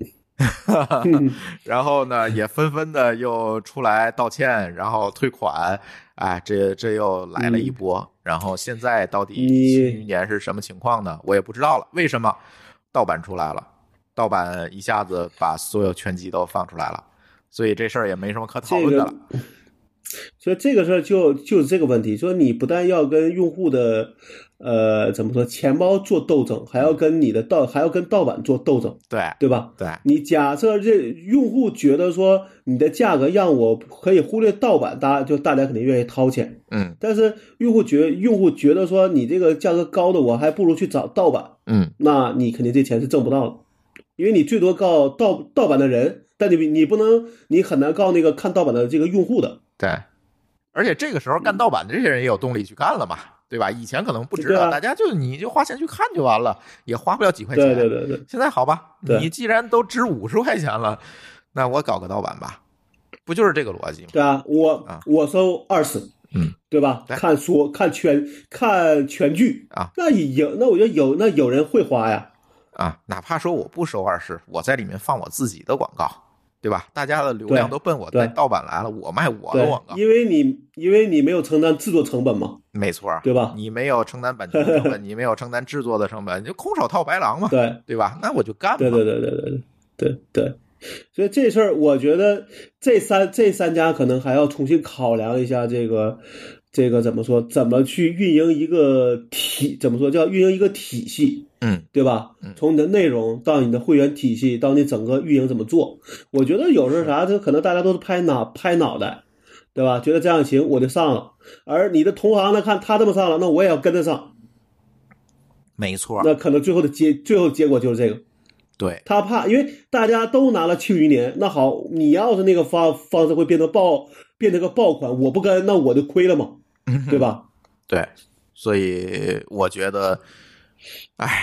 然后呢，也纷纷的又出来道歉，然后退款，哎，这这又来了一波。嗯、然后现在到底新余年是什么情况呢？我也不知道了。为什么盗版出来了？盗版一下子把所有全集都放出来了，所以这事儿也没什么可讨论的了。 这个、所以这个事儿就就是这个问题，说你不但要跟用户的呃怎么说钱包做斗争，还要跟你的盗还要跟盗版做斗争， 对对吧？ 对， 你假设这用户觉得说你的价格让我可以忽略盗版，大家就大家肯定愿意掏钱， 嗯， 但是用户觉用户觉得说你这个价格高的，我还不如去找盗版， 嗯， 那你肯定这钱是挣不到的，因为你最多告盗盗版的人，但你你不能你很难告那个看盗版的这个用户的。 对，而且这个时候干盗版的这些人也有动力去干了嘛，对吧？以前可能不知道，啊、大家就你就花钱去看就完了，也花不了几块钱。 对对对对。 现在好吧，你既然都值五十块钱了，那我搞个盗版吧，不就是这个逻辑吗？ 对啊，我、啊、我收二十， 嗯， 对吧？ 对看说看全看全剧啊， 那有那我觉得有那有人会花呀， 啊，哪怕说我不收二十，我在里面放我自己的广告。对吧？大家的流量都奔我在盗版来了，我卖我的广告， 因为你因为你没有承担制作成本嘛， 没错， 对吧？ 你没有承担版权成本，你没有承担制作的成本，你就空手套白狼嘛， 对对吧？那我就干嘛。 对对对对对对对，所以这事儿我觉得这三这三家可能还要重新考量一下这个这个怎么说，怎么去运营一个体，怎么说叫运营一个体系。 嗯， 对吧？从你的内容到你的会员体系，到你整个运营怎么做，我觉得有时候啥，这可能大家都是拍脑拍脑袋，对吧？觉得这样行，我就上了。而你的同行呢，看他这么上了，那我也要跟着上。 没错， 那可能最后的结最后结果就是这个。 对， 他怕，因为大家都拿了庆余年，那好，你要是那个方方式会变成爆变成个爆款，我不跟，那我就亏了嘛，对吧？ 对，所以我觉得。哎，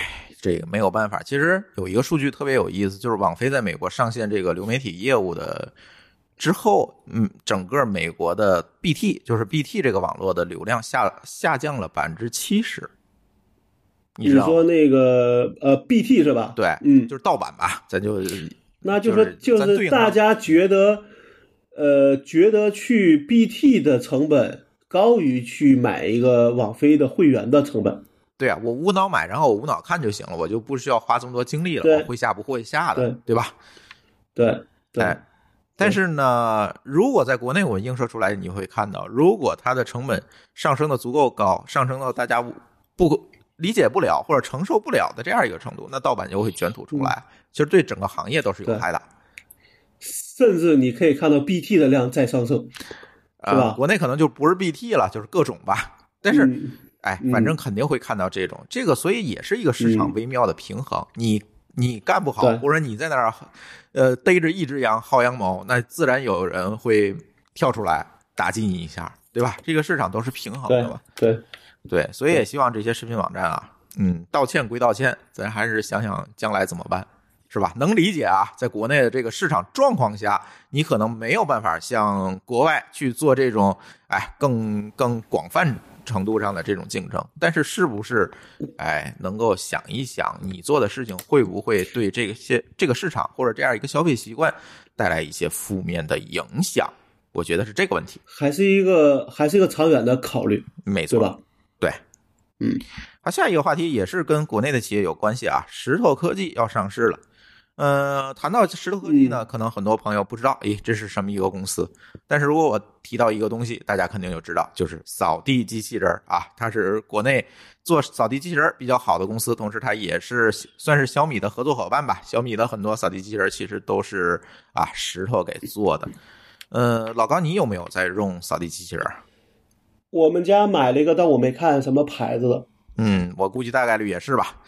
这个没有办法。其实有一个数据特别有意思，就是网飞在美国上线这个流媒体业务的之后，嗯，整个美国的 B T 就是 B T 这个网络的流量下下降了百分之七十。你知道你说那个呃 B T 是吧？ 对， 嗯， 就是盗版吧，咱就那就说就是大家觉得，呃，觉得去 B T 的成本高于去买一个网飞的会员的成本。 对啊，我无脑买，然后我无脑看就行了，我就不需要花这么多精力了，我会下不会下的，对, 对吧？ 对对。 哎，但是呢，如果在国内我们映射出来，你会看到，如果它的成本上升的足够高，上升到大家不理解不了或者承受不了的这样一个程度，那盗版就会卷土出来，嗯、其实对整个行业都是有害的。 甚至你可以看到 B T 的量在上升，是吧？ 呃、国内可能就不是 B T 了，就是各种吧。但是， 嗯、 哎，反正肯定会看到这种、嗯、这个，所以也是一个市场微妙的平衡。嗯、你你干不好，或者你在那儿呃逮着一只羊薅羊毛，那自然有人会跳出来打击你一下，对吧？这个市场都是平衡的嘛。 对。对对，所以也希望这些视频网站啊，嗯，道歉归道歉，咱还是想想将来怎么办，是吧？能理解啊，在国内的这个市场状况下，你可能没有办法像国外去做这种，哎，更更广泛程度上的这种竞争。但是，是不是，哎，能够想一想，你做的事情会不会对这个些这个市场或者这样一个消费习惯带来一些负面的影响？我觉得是这个问题， 还是一个还是一个长远的考虑， 没错， 对吧？ 对， 嗯， 好，下一个话题也是跟国内的企业有关系啊，石头科技要上市了。呃，谈到石头科技呢，可能很多朋友不知道，诶，这是什么一个公司？但是如果我提到一个东西，大家肯定就知道，就是扫地机器人啊，它是国内做扫地机器人比较好的公司，同时它也是算是小米的合作伙伴吧。小米的很多扫地机器人其实都是啊石头给做的。呃，老高，你有没有在用扫地机器人？ 我们家买了一个，但我没看什么牌子的。 嗯，我估计大概率也是吧，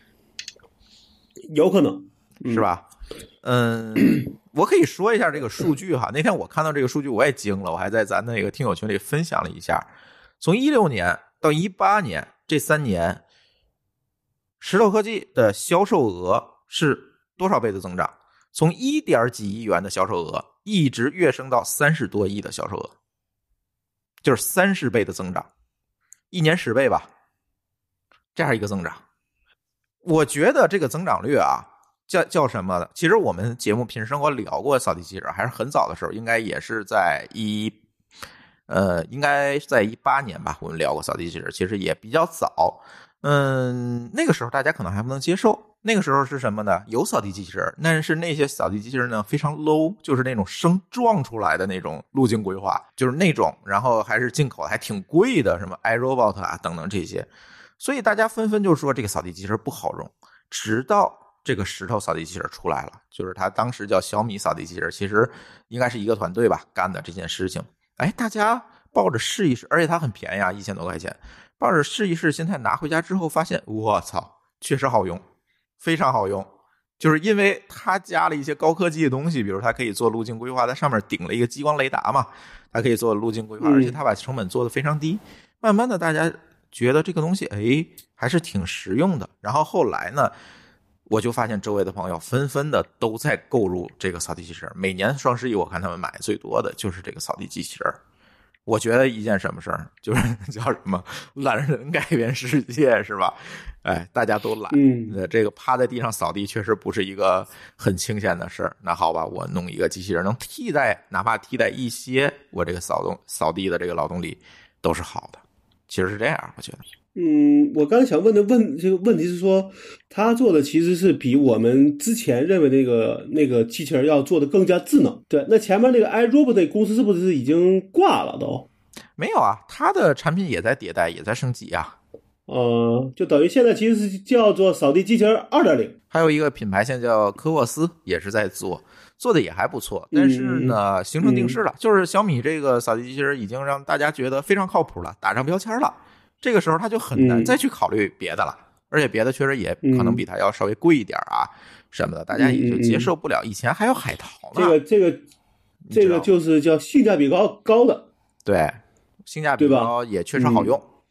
有可能是吧？嗯，我可以说一下这个数据哈。那天我看到这个数据，我也惊了，我还在咱那个听友群里分享了一下。从一六年到一八年这三年，石头科技的销售额是多少倍的增长？从一点几亿元的销售额，一直跃升到三十多亿的销售额。就是三十倍的增长，一年十倍吧，这样一个增长。我觉得这个增长率啊，叫叫什么的？其实我们节目平时生活聊过扫地机器人，还是很早的时候，应该也是在一呃，应该在一八年吧，我们聊过扫地机器人，其实也比较早。嗯，那个时候大家可能还不能接受。那个时候是什么呢？有扫地机器人，但是那些扫地机器人呢非常 low， 就是那种生撞出来的那种路径规划，就是那种，然后还是进口，还挺贵的，什么 iRobot 啊等等这些，所以大家纷纷就说这个扫地机器人不好用。直到这个石头扫地机器人出来了，就是它当时叫小米扫地机器人，其实应该是一个团队吧干的这件事情。哎，大家抱着试一试，而且它很便宜啊，一千多块钱，抱着试一试心态拿回家之后，发现我操，确实好用。非常好用，就是因为它加了一些高科技的东西，比如它可以做路径规划，它上面顶了一个激光雷达嘛，它可以做路径规划，而且它把成本做得非常低。慢慢的，大家觉得这个东西，哎，还是挺实用的。然后后来呢，我就发现周围的朋友纷纷的都在购入这个扫地机器人。每年双十一，我看他们买最多的就是这个扫地机器人。我觉得一件什么事儿，就是叫什么懒人改变世界，是吧？哎，大家都懒， 嗯， 这个趴在地上扫地确实不是一个很清闲的事儿。那好吧，我弄一个机器人能替代，哪怕替代一些我这个扫动扫地的这个劳动力，都是好的。其实是这样，我觉得。 嗯，我刚才想问的问这个问题是说，他做的其实是比我们之前认为那个那个机器人要做的更加智能。对，那前面那个 iRobot 公司是不是已经挂了都？ 没有啊，他的产品也在迭代，也在升级啊。 呃，就等于现在其实是叫做扫地机器人 二点零。 还有一个品牌现在叫科沃斯，也是在做，做的也还不错。但是呢， 嗯、 形成定势了、嗯，就是小米这个扫地机器人已经让大家觉得非常靠谱了，打上标签了。这个时候他就很难再去考虑别的了，嗯、而且别的确实也可能比它要稍微贵一点啊、嗯、什么的，大家也就接受不了。以前还有海淘呢， 这个这个这个就是叫性价比高高的， 对，性价比高也确实好用。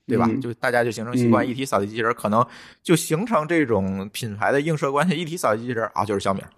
对吧？ 嗯、 就大家就形成习惯， 嗯、 一提扫地机器人，可能就形成这种品牌的映射关系。一提扫地机器人啊，就是小米，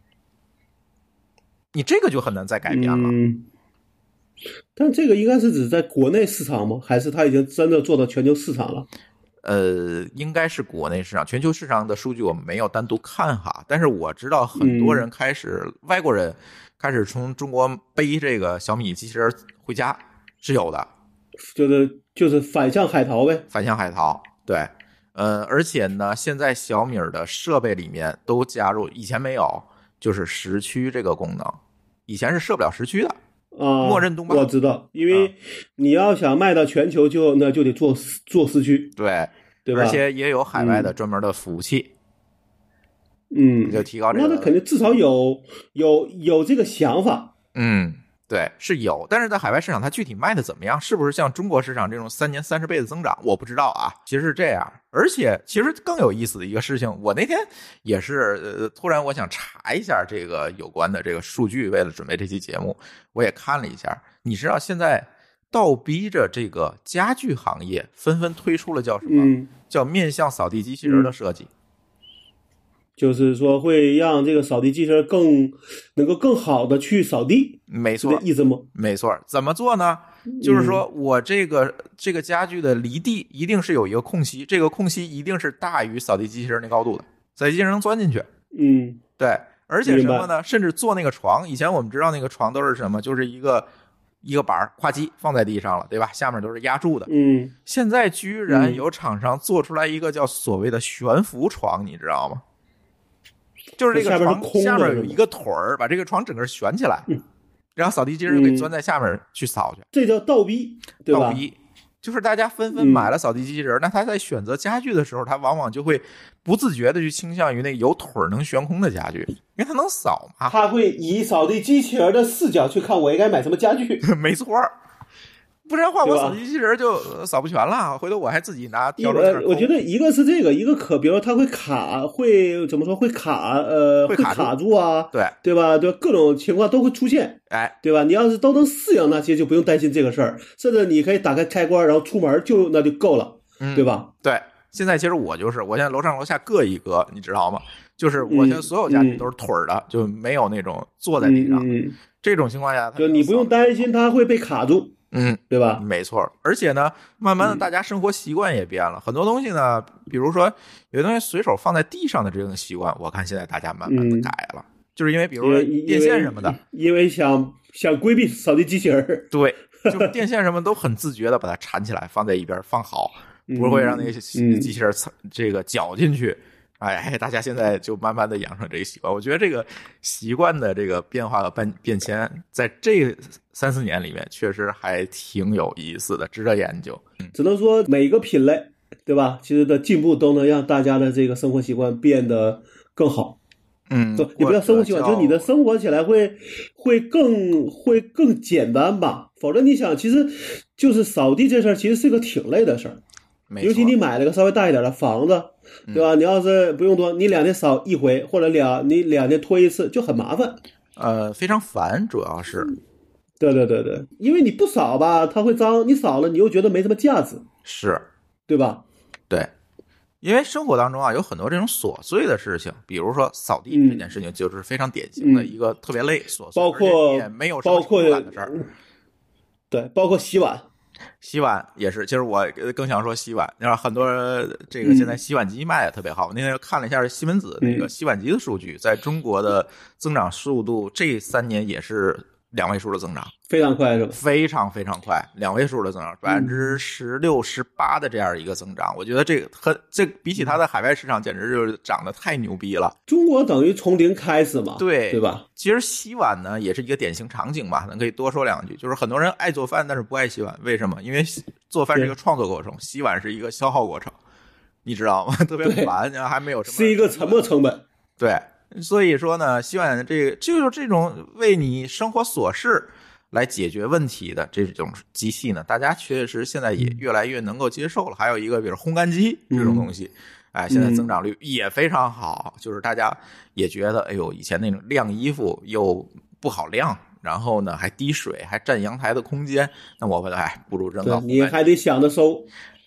你这个就很难再改变了。 嗯，但这个应该是指在国内市场吗？还是它已经真的做到全球市场了？ 呃，应该是国内市场，全球市场的数据我们没有单独看哈，但是我知道很多人开始，嗯、外国人开始从中国背这个小米机器人回家是有的， 就是就是反向海淘呗， 反向海淘，对，呃，而且呢，现在小米的设备里面都加入，以前没有，就是时区这个功能，以前是设不了时区的。 啊， 默认动画我知道，因为你要想卖到全球就，就那就得做做时区， 对对吧？ 而且也有海外的专门的服务器， 嗯， 就提高这个。 那他肯定至少有有有这个想法， 嗯，对，是有，但是在海外市场它具体卖的怎么样，是不是像中国市场这种三年三十倍的增长，我不知道啊。其实是这样，而且其实更有意思的一个事情，我那天也是呃，突然我想查一下这个有关的这个数据，为了准备这期节目，我也看了一下。你知道现在倒逼着这个家具行业纷纷推出了叫什么？ 嗯、 叫面向扫地机器人的设计。 嗯，就是说会让这个扫地机器人更能够更好的去扫地， 没错， 是这意思吗？ 没错，怎么做呢？就是说我这个、嗯、这个家具的离地一定是有一个空隙，这个空隙一定是大于扫地机器人的高度的，扫地机器人能钻进去。 嗯， 对，而且什么呢？甚至做那个床，以前我们知道那个床都是什么，就是一个一个板夸叽放在地上了，对吧？下面都是压住的。 嗯， 现在居然有厂商做出来一个叫所谓的悬浮床，你知道吗？就是这个床下面有一个腿儿，把这个床整个悬起来，嗯、然后扫地机器人就可以钻在下面去扫去。 嗯、这叫倒逼，对吧？ 倒逼就是大家纷纷买了扫地机器人，嗯、那他在选择家具的时候，他往往就会不自觉的去倾向于那个有腿能悬空的家具，因为他能扫嘛。 他会以扫地机器人的视角去看我应该买什么家具。 没错。不然的话，我扫地机器人就扫不全了。回头我还自己拿笤帚在那抠。 我觉得一个是这个，一个可，比如说它会卡，会怎么说？会卡，呃， 会卡住, 卡住啊， 对对吧？对，各种情况都会出现， 哎， 对吧？你要是都能适应，那其实就不用担心这个事儿，甚至你可以打开开关，然后出门就那就够了， 嗯、 对吧？ 对，现在其实我就是，我现在楼上楼下各一个，你知道吗？就是我现在所有家具都是腿的， 嗯、 就没有那种坐在地上。 嗯、 这种情况下， 就你不用担心它会被卡住。 嗯， 对吧？ 没错，而且呢，慢慢的大家生活习惯也变了，嗯、很多东西呢，比如说有些东西随手放在地上的这种习惯，我看现在大家慢慢的改了，嗯、就是因为比如说电线什么的， 因为, 因为想想规避扫地机器人， 对，就是电线什么都很自觉的把它缠起来放在一边放好，不会让那个机器人这个搅进去。哎，大家现在就慢慢的养成这个习惯，我觉得这个习惯的这个变化和变变迁，在这三四年里面确实还挺有意思的，值得研究。嗯、 只能说每个品类，对吧？其实的进步都能让大家的这个生活习惯变得更好。 嗯， 不，你不要生活习惯，就是你的生活起来会会更会更简单吧？否则你想，其实就是扫地这事儿，其实是个挺累的事儿。尤其你买了个稍微大一点的房子，对吧？嗯、你要是不用多，你两天扫一回，或者两你两天拖一次，就很麻烦。 呃，非常烦，主要是。 对对对对，因为你不扫吧，它会脏；你扫了，你又觉得没什么价值， 是， 对吧？ 对，因为生活当中啊，有很多这种琐碎的事情，比如说扫地这件事情，就是非常典型的一个特别累、嗯、琐碎， 包括也没有什么情感的事儿。 对，包括洗碗。 洗碗也是，其实我更想说洗碗，然后很多这个现在洗碗机卖的特别好。我、嗯、那天看了一下西门子那个洗碗机的数据，嗯、在中国的增长速度这三年也是两位数的增长， 非常快是吧？ 非常非常快，两位数的增长，百分之十六、十八的这样一个增长，我觉得这个和这比起它的海外市场，简直就是涨得太牛逼了。 中国等于从零开始嘛， 对对吧？ 其实洗碗呢也是一个典型场景嘛，咱可以多说两句。就是很多人爱做饭，但是不爱洗碗，为什么？因为做饭是一个创作过程，洗碗是一个消耗过程，你知道吗？特别烦，然后还没有什么， 是一个沉没成本， 对。所以说呢，洗碗这个就是这种为你生活琐事来解决问题的这种机器呢，大家确实现在也越来越能够接受了。还有一个比如烘干机这种东西，嗯、哎，现在增长率也非常好，就是大家也觉得，哎呦，以前那种晾衣服又不好晾，然后呢还滴水，还占阳台的空间，那我们哎不如扔到， 你还得想着收。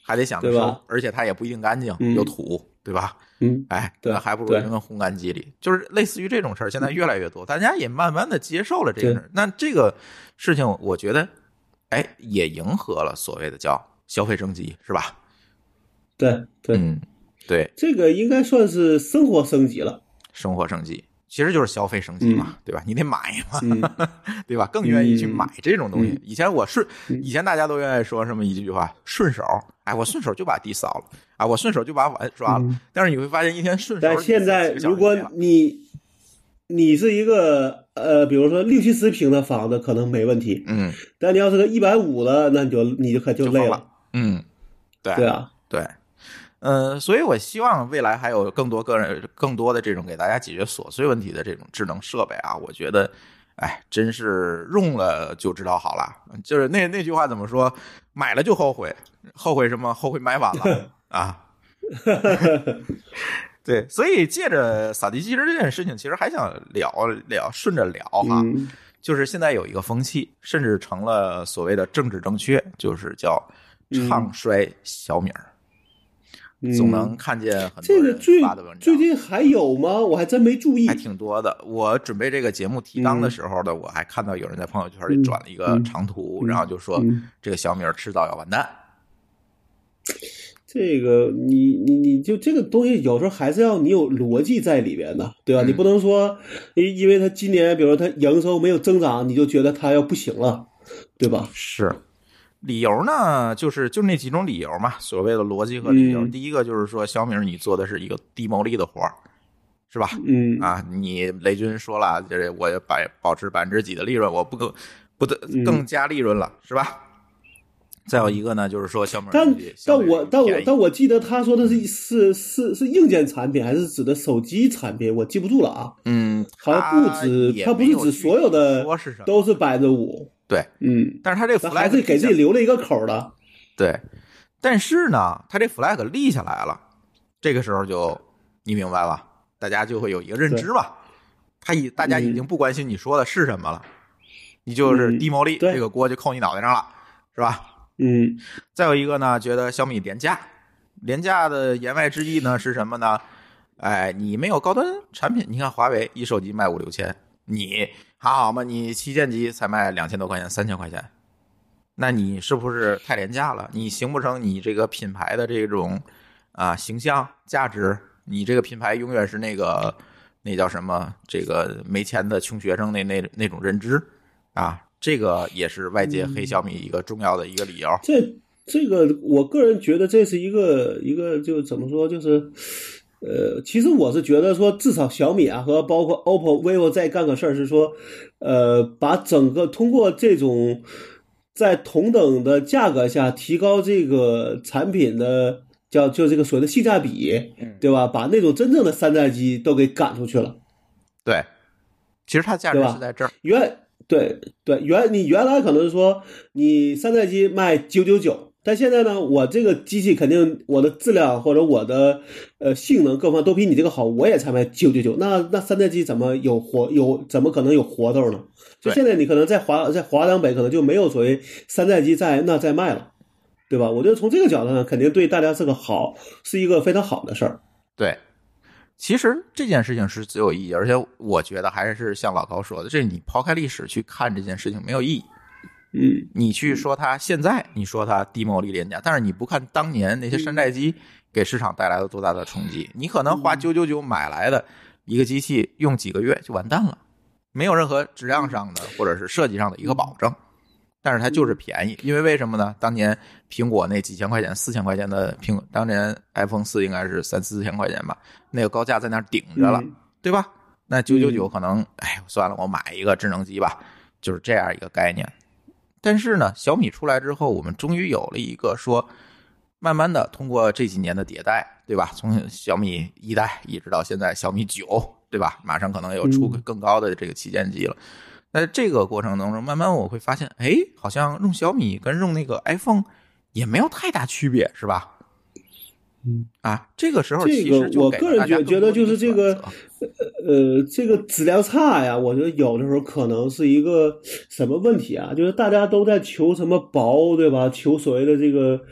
还得想着收，而且它也不一定干净，有土，对吧？ 嗯， 哎，那还不如扔烘干机里。就是类似于这种事儿，现在越来越多，大家也慢慢的接受了这个事儿。那这个事情，我觉得，哎，也迎合了所谓的叫消费升级，是吧？ 对对， 嗯，对， 这个应该算是生活升级了。 生活升级其实就是消费升级嘛， 嗯、 对吧？你得买嘛， 嗯、 对吧？更愿意去买这种东西。 嗯、 以前我顺，以前大家都愿意说什么一句话，顺手，哎，我顺手就把地扫了，啊，我顺手就把碗刷了。嗯、但是你会发现，一天顺手。 但现在，如果你你是一个呃，比如说六七十平的房子，可能没问题， 嗯， 但你要是个一百五的，那你就你就可就累了，嗯，对， 对啊， 对。嗯、呃，所以我希望未来还有更多个人、更多的这种给大家解决琐碎问题的这种智能设备啊，我觉得，哎，真是用了就知道好了。就是那那句话怎么说？买了就后悔，后悔什么？后悔买晚了啊。对，所以借着扫地机器人这件事情，其实还想聊聊，顺着聊哈。 嗯、 就是现在有一个风气，甚至成了所谓的政治正确，就是叫唱衰小米儿。 嗯、 总能看见很多人发的文章、 这个、最, 最近还有吗？我还真没注意。 还挺多的。我准备这个节目提纲的时候呢，嗯、我还看到有人在朋友圈里转了一个长图， 嗯、 然后就说、 嗯、 这个小米迟早要完蛋。 这个你你你就这个东西有时候还是要你有逻辑在里边的，对吧？嗯、你不能说因因为它今年比如说它营收没有增长，你就觉得它要不行了，对吧？ 是。理由呢，就是就那几种理由嘛，所谓的逻辑和理由。 嗯、 第一个就是说，小米你做的是一个低毛利的活儿，是吧？ 嗯啊，你雷军说了，就是我保保持百分之几的利润，我不更不得更加利润了， 嗯、 是吧？再有一个呢，就是说小米， 但但我但我但我记得他说的是是是是硬件产品，还是指的手机产品？我记不住了啊。 嗯， 好像不止，它不是指所有的都是百分之五。 对， 嗯， 但是他这 flag 还是给自己留了一个口的。 对，但是呢，他这 flag 立下来了，这个时候就你明白了，大家就会有一个认知吧。他已大家已经不关心你说的是什么了，嗯、你就是低毛利， 嗯、 这个锅就扣你脑袋上了，是吧？ 嗯。 再有一个呢，觉得小米廉价，廉价的言外之意呢是什么呢？哎，你没有高端产品，你看华为一手机卖五六千，你。还好嘛，你旗舰机才卖两千多块钱、三千块钱，那你是不是太廉价了？你形不成你这个品牌的这种啊形象价值，你这个品牌永远是那个那叫什么？这个没钱的穷学生那那那种认知啊，这个也是外界黑小米一个重要的一个理由。 嗯、这这个，我个人觉得这是一个一个就怎么说，就是。呃，其实我是觉得说，至少小米啊和包括 O P P O、vivo 再干个事儿是说，呃，把整个通过这种在同等的价格下提高这个产品的叫就这个所谓的性价比，对吧？把那种真正的山寨机都给赶出去了。 对，其实它价值是在这儿。 原对对原你原来可能是说你山寨机卖九九九。但现在呢，我这个机器肯定我的质量或者我的呃性能各方都比你这个好，我也才卖九九九。那那山寨机怎么有活有怎么可能有活头呢？就现在你可能在华在华强北可能就没有所谓山寨机在那在卖了，对吧？我觉得从这个角度上，肯定对大家是个好，是一个非常好的事儿。 对，其实这件事情是自有意义，而且我觉得还是像老高说的，这你抛开历史去看这件事情没有意义。 嗯， 你去说它现在，你说它低毛利廉价，但是你不看当年那些山寨机给市场带来了多大的冲击，你可能花九九九买来的一个机器，用几个月就完蛋了，没有任何质量上的或者是设计上的一个保证，但是它就是便宜，因为为什么呢？当年苹果那几千块钱、四千块钱的苹果，当年 iPhone 四应该是三四千块钱吧，那个高价在那顶着了，对吧？那九九九可能，哎，算了，我买一个智能机吧，就是这样一个概念。但是呢，小米出来之后，我们终于有了一个说，慢慢的通过这几年的迭代，对吧？从小米一代一直到现在小米九，对吧？马上可能有出更高的这个旗舰机了。那这个过程当中，慢慢我会发现，哎，好像用小米跟用那个 iPhone 也没有太大区别，是吧？ 嗯啊，这个时候其实就给了大家更多的选择。这个我个人觉觉得就是这个，呃，这个质量差呀，我觉得有的时候可能是一个什么问题啊？就是大家都在求什么薄，对吧？求所谓的这个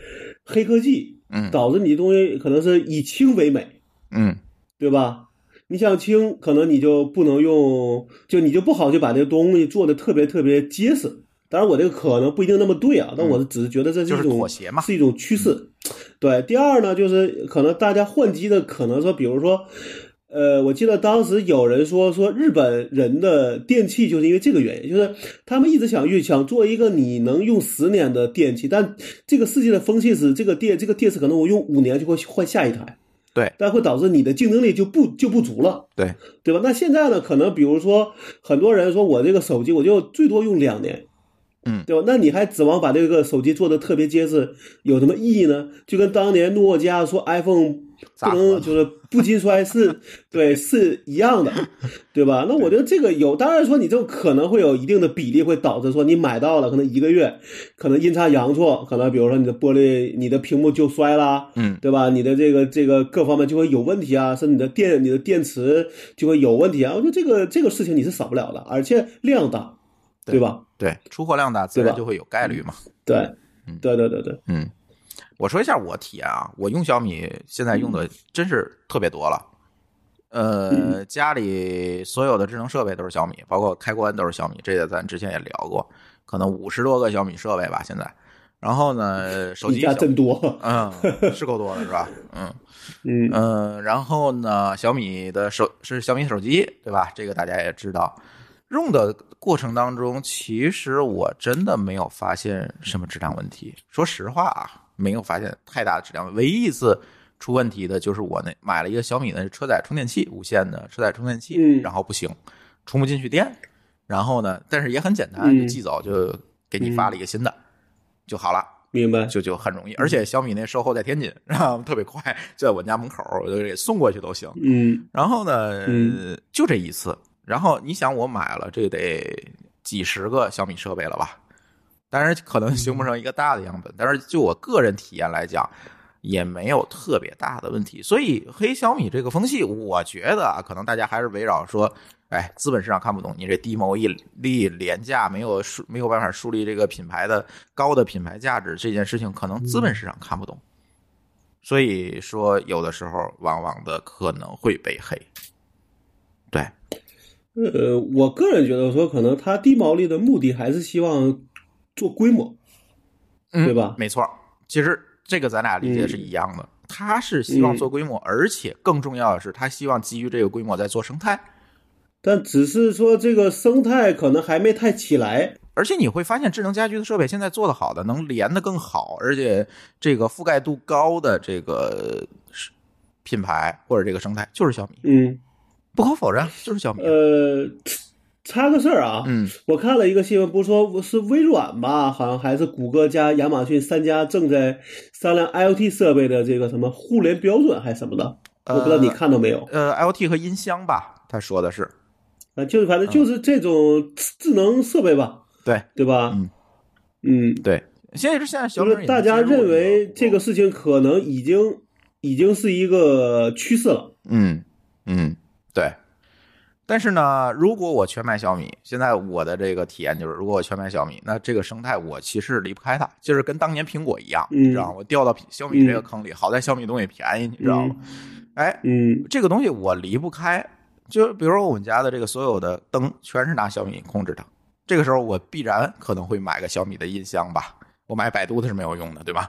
黑科技， 嗯， 导致你的东西可能是以轻为美， 嗯， 对吧？你想轻，可能你就不能用，就你就不好就把这个东西做的特别特别结实。当然，我这个可能不一定那么对啊，但我只是觉得这是一种、 就是妥协嘛， 是一种趋势。对，第二呢，就是可能大家换机的可能说，比如说，呃，我记得当时有人说说日本人的电器就是因为这个原因，就是他们一直想去想做一个你能用十年的电器，但这个世界的风气是这个电这个电池可能我用五年就会换下一台。 对， 但会导致你的竞争力就不就不足了， 对对吧？那现在呢，可能比如说很多人说我这个手机我就最多用两年， 嗯， 对吧？那你还指望把这个手机做的特别结实，有什么意义呢？就跟当年诺基亚说 iPhone 不能就是不经摔是，对，是一样的，对吧？那我觉得这个有，当然说你这种可能会有一定的比例会导致说你买到了可能一个月，可能阴差阳错，可能比如说你的玻璃、你的屏幕就摔啦， 嗯， 对吧？你的这个这个各方面就会有问题啊，甚至你的电、你的电池就会有问题啊。我觉得这个这个事情你是少不了的，而且量大，对吧？ 对，出货量大，自然就会有概率嘛。 对，对对对对， 嗯。我说一下我体验啊，我用小米现在用的真是特别多了，呃，家里所有的智能设备都是小米，包括开关都是小米，这个咱之前也聊过，可能五十多个小米设备吧现在。然后呢，手机你家真多， 嗯，是够多的是吧？嗯嗯嗯，然后呢，小米的手是小米手机对吧？这个大家也知道。用的过程当中，其实我真的没有发现什么质量问题。说实话啊，没有发现太大的质量问题。唯一一次出问题的就是我那买了一个小米的车载充电器，无线的车载充电器， 嗯、 然后不行，充不进去电。然后呢，但是也很简单，就寄走就给你发了一个新的，嗯、就好了。 明白， 就就很容易，而且小米那售后在天津，然后特别快，就在我家门口，我就给送过去都行。 嗯， 然后呢， 嗯、 就这一次。然后你想，我买了这得几十个小米设备了吧？当然可能形不成一个大的样本，但是就我个人体验来讲，也没有特别大的问题。所以黑小米这个风气，我觉得啊，可能大家还是围绕说，哎，资本市场看不懂你这低毛利、廉价，没有没有办法树立这个品牌的高的品牌价值这件事情，可能资本市场看不懂。所以说，有的时候往往的可能会被黑。对。 呃，我个人觉得说，可能它低毛利的目的还是希望做规模， 嗯、 对吧？ 没错，其实这个咱俩理解是一样的。嗯、他是希望做规模，嗯、而且更重要的是，他希望基于这个规模在做生态。 但只是说这个生态可能还没太起来。 而且你会发现，智能家居的设备现在做得好的，能连得更好，而且这个覆盖度高的这个品牌或者这个生态就是小米。 嗯。 不可否认，就是小米。 呃，插个事儿啊， 嗯， 我看了一个新闻，不是说是微软吧，好像还是谷歌加亚马逊三家正在商量 I O T 设备的这个什么互联标准还是什么的，呃、我不知道你看到没有？ 呃 ，I O T 和音箱吧，他说的是， 啊，就是反正就是这种智能设备吧， 嗯、对对吧？ 嗯嗯， 对，现在是现在小米就是大家认为这个事情可能已经已经是一个趋势了， 嗯嗯。对，但是呢，如果我全买小米，现在我的这个体验就是，如果我全买小米，那这个生态我其实离不开它，就是跟当年苹果一样，你知道吗？我掉到小米这个坑里，好在小米东西便宜，你知道吗？哎， 嗯， 这个东西我离不开，就比如说我们家的这个所有的灯全是拿小米控制的，这个时候我必然可能会买个小米的音箱吧，我买百度的是没有用的，对吧？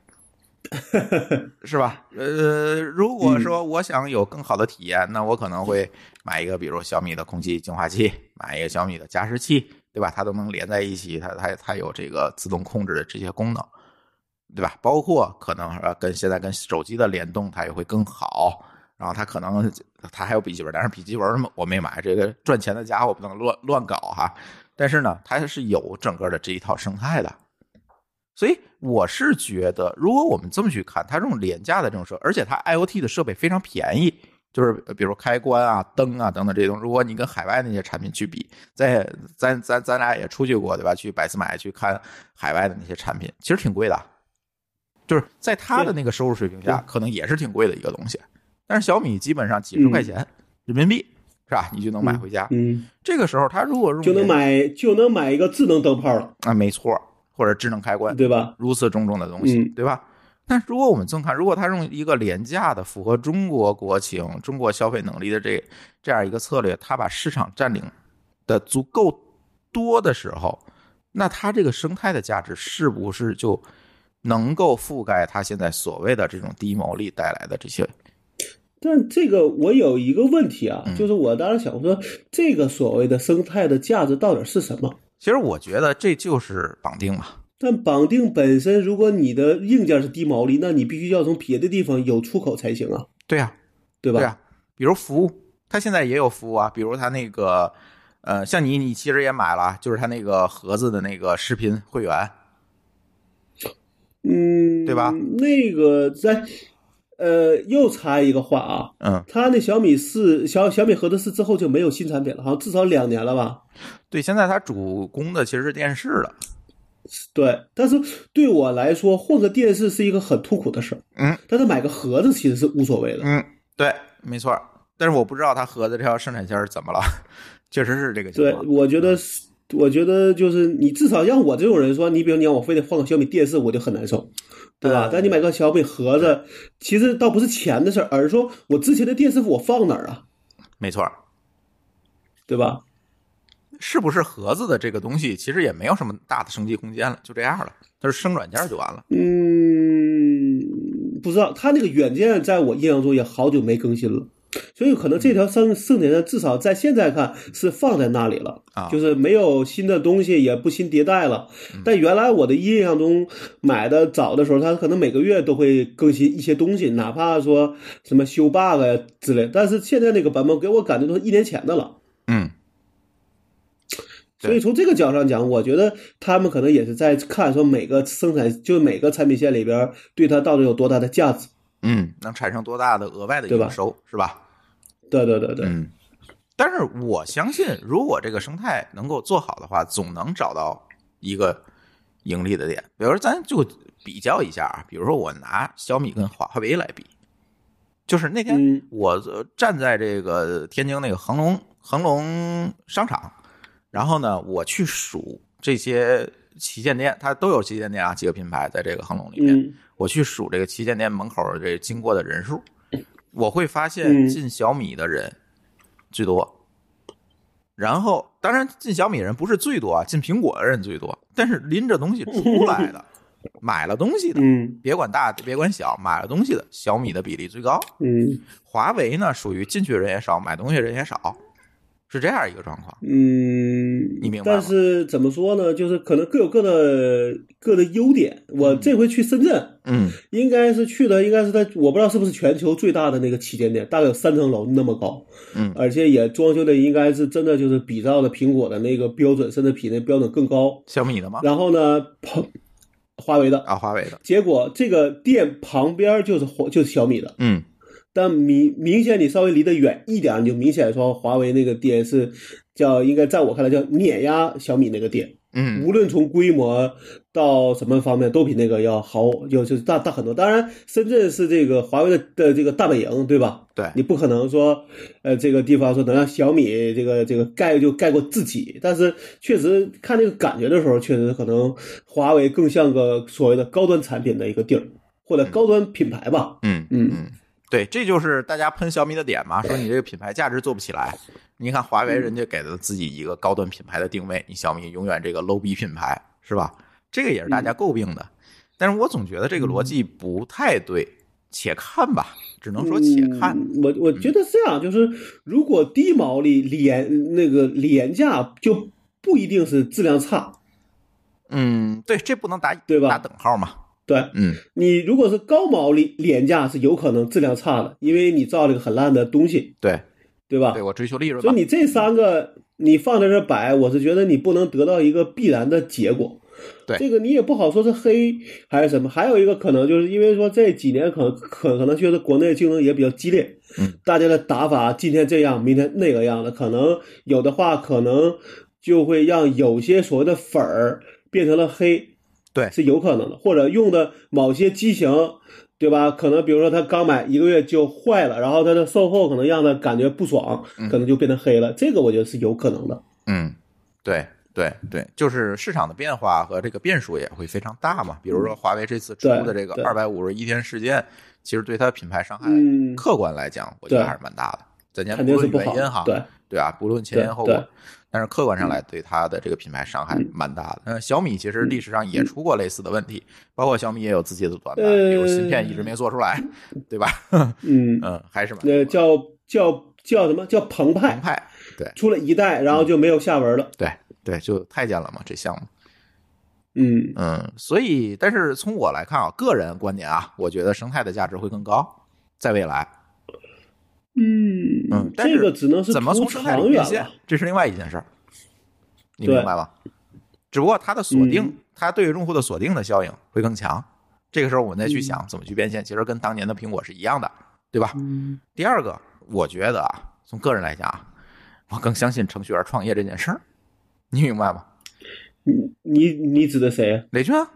是吧？呃，如果说我想有更好的体验，嗯、那我可能会买一个，比如小米的空气净化器，买一个小米的加湿器，对吧？它都能连在一起，它它它有这个自动控制的这些功能，对吧？包括可能呃跟现在跟手机的联动，它也会更好。然后它可能它还有笔记本，但是笔记本我没买，这个赚钱的家伙不能乱乱搞哈。但是呢，它是有整个的这一套生态的。所以我是觉得，如果我们这么去看，它这种廉价的这种设备，而且它 I O T 的设备非常便宜，就是比如开关啊、灯啊等等这种，如果你跟海外那些产品去比，在咱咱咱俩也出去过对吧？去百思买去看海外的那些产品，其实挺贵的，就是在它的那个收入水平下，可能也是挺贵的一个东西。但是小米基本上几十块钱、嗯、人民币是吧？你就能买回家。 嗯， 这个时候它如果就能买就能买一个智能灯泡了啊，没错。或者智能开关， 对吧？ 如此种种的东西， 嗯、 对吧？ 但如果我们这么看，如果他用一个廉价的、符合中国国情、中国消费能力的这这样一个策略，他把市场占领的足够多的时候，那他这个生态的价值是不是就能够覆盖他现在所谓的这种低毛利带来的这些？ 但这个我有一个问题啊，就是我当时想说，这个所谓的生态的价值到底是什么？ 其实我觉得这就是绑定嘛。 但绑定本身，如果你的硬件是低毛利，那你必须要从别的地方有出口才行啊。 对呀、啊， 对吧？ 对呀、啊，比如服务，它现在也有服务啊，比如它那个，呃，像你，你其实也买了，就是它那个盒子的那个视频会员， 嗯， 对吧？ 那个在，呃，又插一个话啊， 嗯， 它那小米四小小米盒子四之后就没有新产品了，好像至少两年了吧？ 对，现在它主攻的其实是电视了。 对，但是对我来说，换个电视是一个很痛苦的事儿。 嗯， 但是买个盒子其实是无所谓的。 嗯，对，没错。但是我不知道它盒子这条生产线怎么了，确实是这个情对， 况。 我觉得，我觉得就是你至少让我这种人说，你比如你让我非得换个小米电视，我就很难受，对吧？嗯、但你买个小米盒子，其实倒不是钱的事儿，而是说我之前的电视我放哪儿啊？ 没错， 对吧？ 是不是盒子的这个东西其实也没有什么大的升级空间了，就这样了，它是升软件就完了。 嗯，不知道，它那个软件在我印象中也好久没更新了，所以可能这条生生产线至少在现在看是放在那里了， 啊、 就是没有新的东西，也不新迭代了。但原来我的印象中买的早的时候，它可能每个月都会更新一些东西，哪怕说什么修 bug 之类，但是现在那个版本给我感觉都是一年前的了。 嗯。 所以从这个角度上讲，我觉得他们可能也是在看说每个生产，就每个产品线里边对它到底有多大的价值， 嗯，能产生多大的额外的营收，是吧？ 对对对对。 嗯，但是我相信，如果这个生态能够做好的话，总能找到一个盈利的点。比如说，咱就比较一下啊，比如说我拿小米跟华为来比，就是那天我站在这个天津那个恒隆恒隆商场。然后呢，我去数这些旗舰店，它都有旗舰店啊，几个品牌在这个恒隆里面。 嗯、 我去数这个旗舰店门口这经过的人数，我会发现进小米的人最多。嗯、然后，当然进小米的人不是最多啊，进苹果的人最多。但是拎着东西出来的，买了东西的， 嗯， 别管大别管小，买了东西的，小米的比例最高。 嗯， 华为呢，属于进去人也少，买东西人也少。是这样一个状况， 嗯， 你明白吗？ 但是怎么说呢？就是可能各有各的各的优点。我这回去深圳， 嗯， 应该是去的，应该是在我不知道是不是全球最大的那个旗舰店，大概有三层楼那么高， 嗯， 而且也装修的应该是真的就是比照的苹果的那个标准，甚至比那标准更高。 小米的吗？ 然后呢，华为的啊，华为的。 结果这个店旁边就是就是小米的， 嗯。 但明明显你稍微离得远一点，你就明显说华为那个店是叫应该在我看来叫碾压小米那个店， 嗯， 无论从规模到什么方面都比那个要好，有就是大大很多。当然，深圳是这个华为的的这个大本营，对吧？ 对， 你不可能说呃这个地方说能让小米这个这个盖就盖过自己，但是确实看这个感觉的时候，确实可能华为更像个所谓的高端产品的一个地儿，或者高端品牌吧。 嗯嗯嗯。对，这就是大家喷小米的点嘛，说你这个品牌价值做不起来。你看华为人家给了自己一个高端品牌的定位，你小米永远这个 low 逼品牌，是吧？这个也是大家诟病的。但是我总觉得这个逻辑不太对，且看吧，只能说且看。 嗯、我我觉得这样，就是如果低毛利廉那个廉价，就不一定是质量差。 嗯，对，这不能打对吧？ 打等号嘛。 对， 嗯， 你如果是高毛利廉价，是有可能质量差的，因为你造了一个很烂的东西， 对， 对吧？ 对，我追求利润。 所以你这三个你放在这摆，我是觉得你不能得到一个必然的结果。 对， 这个你也不好说是黑还是什么。还有一个可能就是因为说这几年可能可可能确实国内竞争也比较激烈， 嗯， 大家的打法今天这样，明天那个样的，可能有的话可能就会让有些所谓的粉儿变成了黑。 对， 是有可能的，或者用的某些机型，对吧？可能比如说他刚买一个月就坏了，然后他的售后可能让他感觉不爽，可能就变成黑了。嗯、这个我觉得是有可能的。 嗯，对， 对对，就是市场的变化和这个变数也会非常大嘛。比如说华为这次出的这个二百五十一天事件，其实对它品牌伤害， 嗯， 客观来讲，我觉得还是蛮大的。咱先不论原因哈， 对对啊，不论前因后果，但是客观上来对它的这个品牌伤害蛮大的。嗯，小米其实历史上也出过类似的问题，包括小米也有自己的短板，比如芯片一直没做出来，对吧？ 嗯嗯，还是蛮那叫叫叫什么叫澎湃？ 澎湃，对， 出了一代，然后就没有下文了。 对对，就太监了嘛，这项目。 嗯嗯，所以，但是从我来看啊，个人观点啊，我觉得生态的价值会更高，在未来。 嗯嗯，但是这个只能是怎么从生态里变现，这是另外一件事儿，你明白吗？只不过它的锁定，嗯、它对用户的锁定的效应会更强。这个时候我们再去想怎么去变现，嗯、其实跟当年的苹果是一样的，对吧？ 嗯、 第二个，我觉得啊，从个人来讲啊，我更相信程序员创业这件事儿，你明白吗？ 你你你指的谁啊？ 雷军啊。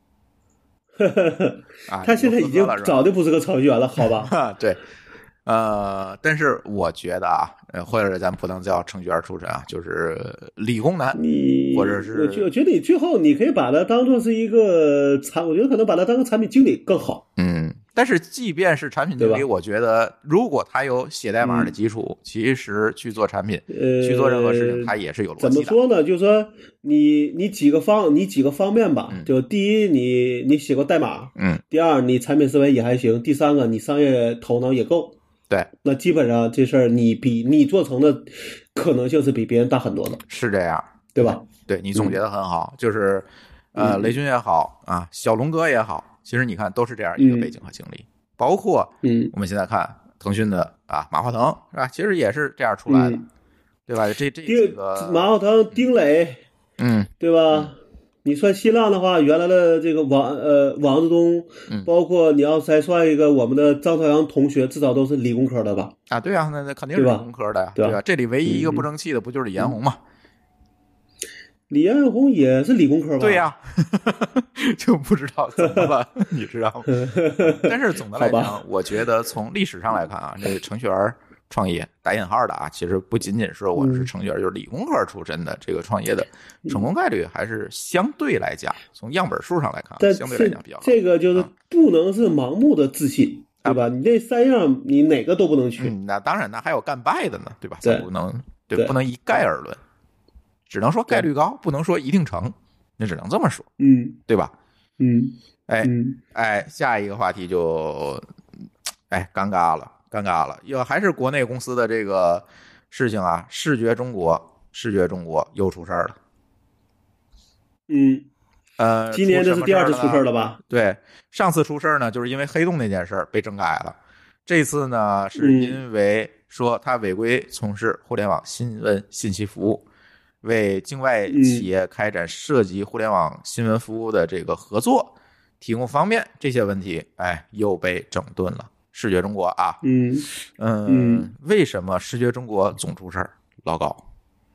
啊他现在已经早就不是个程序员了，好吧？ 对。呃，但是我觉得啊，或者咱不能叫程序员出身啊，就是理工男， 你或者是我觉我觉得你最后你可以把它当做是一个产，我觉得可能把它当个产品经理更好。 嗯，但是即便是产品经理，我觉得如果他有写代码的基础，嗯、其实去做产品， 呃， 去做任何事情，他也是有逻辑的。 怎么说呢？就是说你你几个方你几个方面吧， 嗯、 就第一，你你写过代码， 嗯， 第二，你产品思维也还行，第三个，你商业头脑也够。 对， 那基本上这事儿你比你做成的可能性是比别人大很多的， 是这样， 对吧？ 对，你总结的很好，嗯、就是呃，雷军也好啊，小龙哥也好，其实你看都是这样一个背景和经历，嗯、包括嗯，我们现在看腾讯的啊马化腾是吧，其实也是这样出来的，嗯、对吧？这这几个马化腾、丁磊， 嗯， 对吧？嗯你算新浪的话，原来的这个王呃王志东， 嗯， 包括你要再算一个我们的张朝阳同学，至少都是理工科的吧？ 啊，对啊，那那肯定是理工科的呀， 对吧？ 对吧？这里唯一一个不争气的不就是李彦宏吗？ 李彦宏也是理工科吧？ 对呀，就不知道怎么办，你知道吗？但是总的来讲，我觉得从历史上来看啊，这个程序员创业打引号的啊，其实不仅仅是我是程序员，嗯、就是理工科出身的这个创业的成功概率还是相对来讲，从样本数上来看，相对来讲比较高。 这个就是不能是盲目的自信，啊、对吧？你这三样你哪个都不能去。 嗯、那当然，那还有干败的呢，对吧？ 对， 不能对，不能一概而论，只能说概率高，不能说一定成，你只能这么说， 嗯， 对吧？ 嗯， 哎， 嗯、 哎，下一个话题就，哎，尴尬了。尴尬了，又还是国内公司的这个事情啊！视觉中国，视觉中国又出事儿了。 嗯， 呃， 今年这是第二次出事儿了吧？ 对，上次出事儿呢，就是因为黑洞那件事儿被整改了。这次呢，是因为说他违规从事互联网新闻信息服务，为境外企业开展涉及互联网新闻服务的这个合作提供方便，这些问题，哎，又被整顿了。视觉中国啊， 嗯嗯， 嗯为什么视觉中国总出事儿？老高，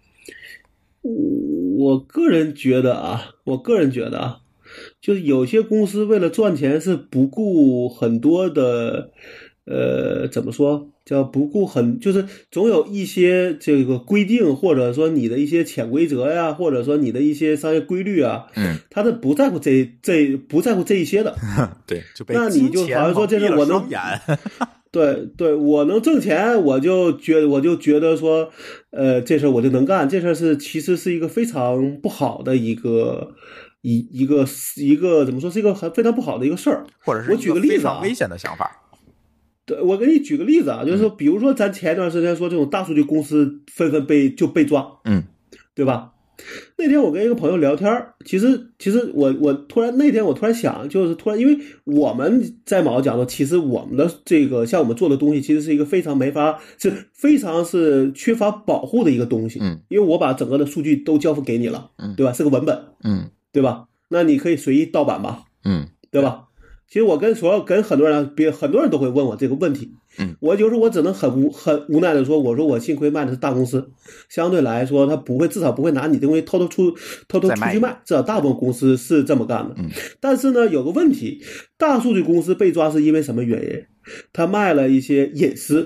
我个人觉得啊，我个人觉得啊，就是有些公司为了赚钱是不顾很多的，呃，怎么说叫不顾很，就是总有一些这个规定，或者说你的一些潜规则呀，或者说你的一些商业规律啊， 嗯， 他是不在乎这这不在乎这一些的， 对，就被那你就好像说这是我能。对对，我能挣钱，我就觉我就觉得说，呃，这事我就能干。这事是其实是一个非常不好的一个一一个一个怎么说是一个很非常不好的一个事儿， 或者是我举个例子啊， 危险的想法。 对，我给你举个例子啊，就是说，比如说咱前一段时间说这种大数据公司纷纷被就被抓， 嗯， 对吧？那天我跟一个朋友聊天，其实其实我我突然那天我突然想，就是突然因为我们在某个角度，其实我们的这个像我们做的东西，其实是一个非常没法是非常是缺乏保护的一个东西， 嗯， 因为我把整个的数据都交付给你了， 嗯， 对吧？是个文本， 嗯， 对吧？那你可以随意盗版吧， 嗯， 对吧？其实我跟所有跟很多人，别很多人都会问我这个问题， 嗯， 我就是我只能很无很无奈的说，我说我幸亏卖的是大公司，相对来说他不会至少不会拿你的东西偷偷出偷偷出去卖，至少大部分公司是这么干的。 嗯， 但是呢，有个问题，大数据公司被抓是因为什么原因？他卖了一些隐私，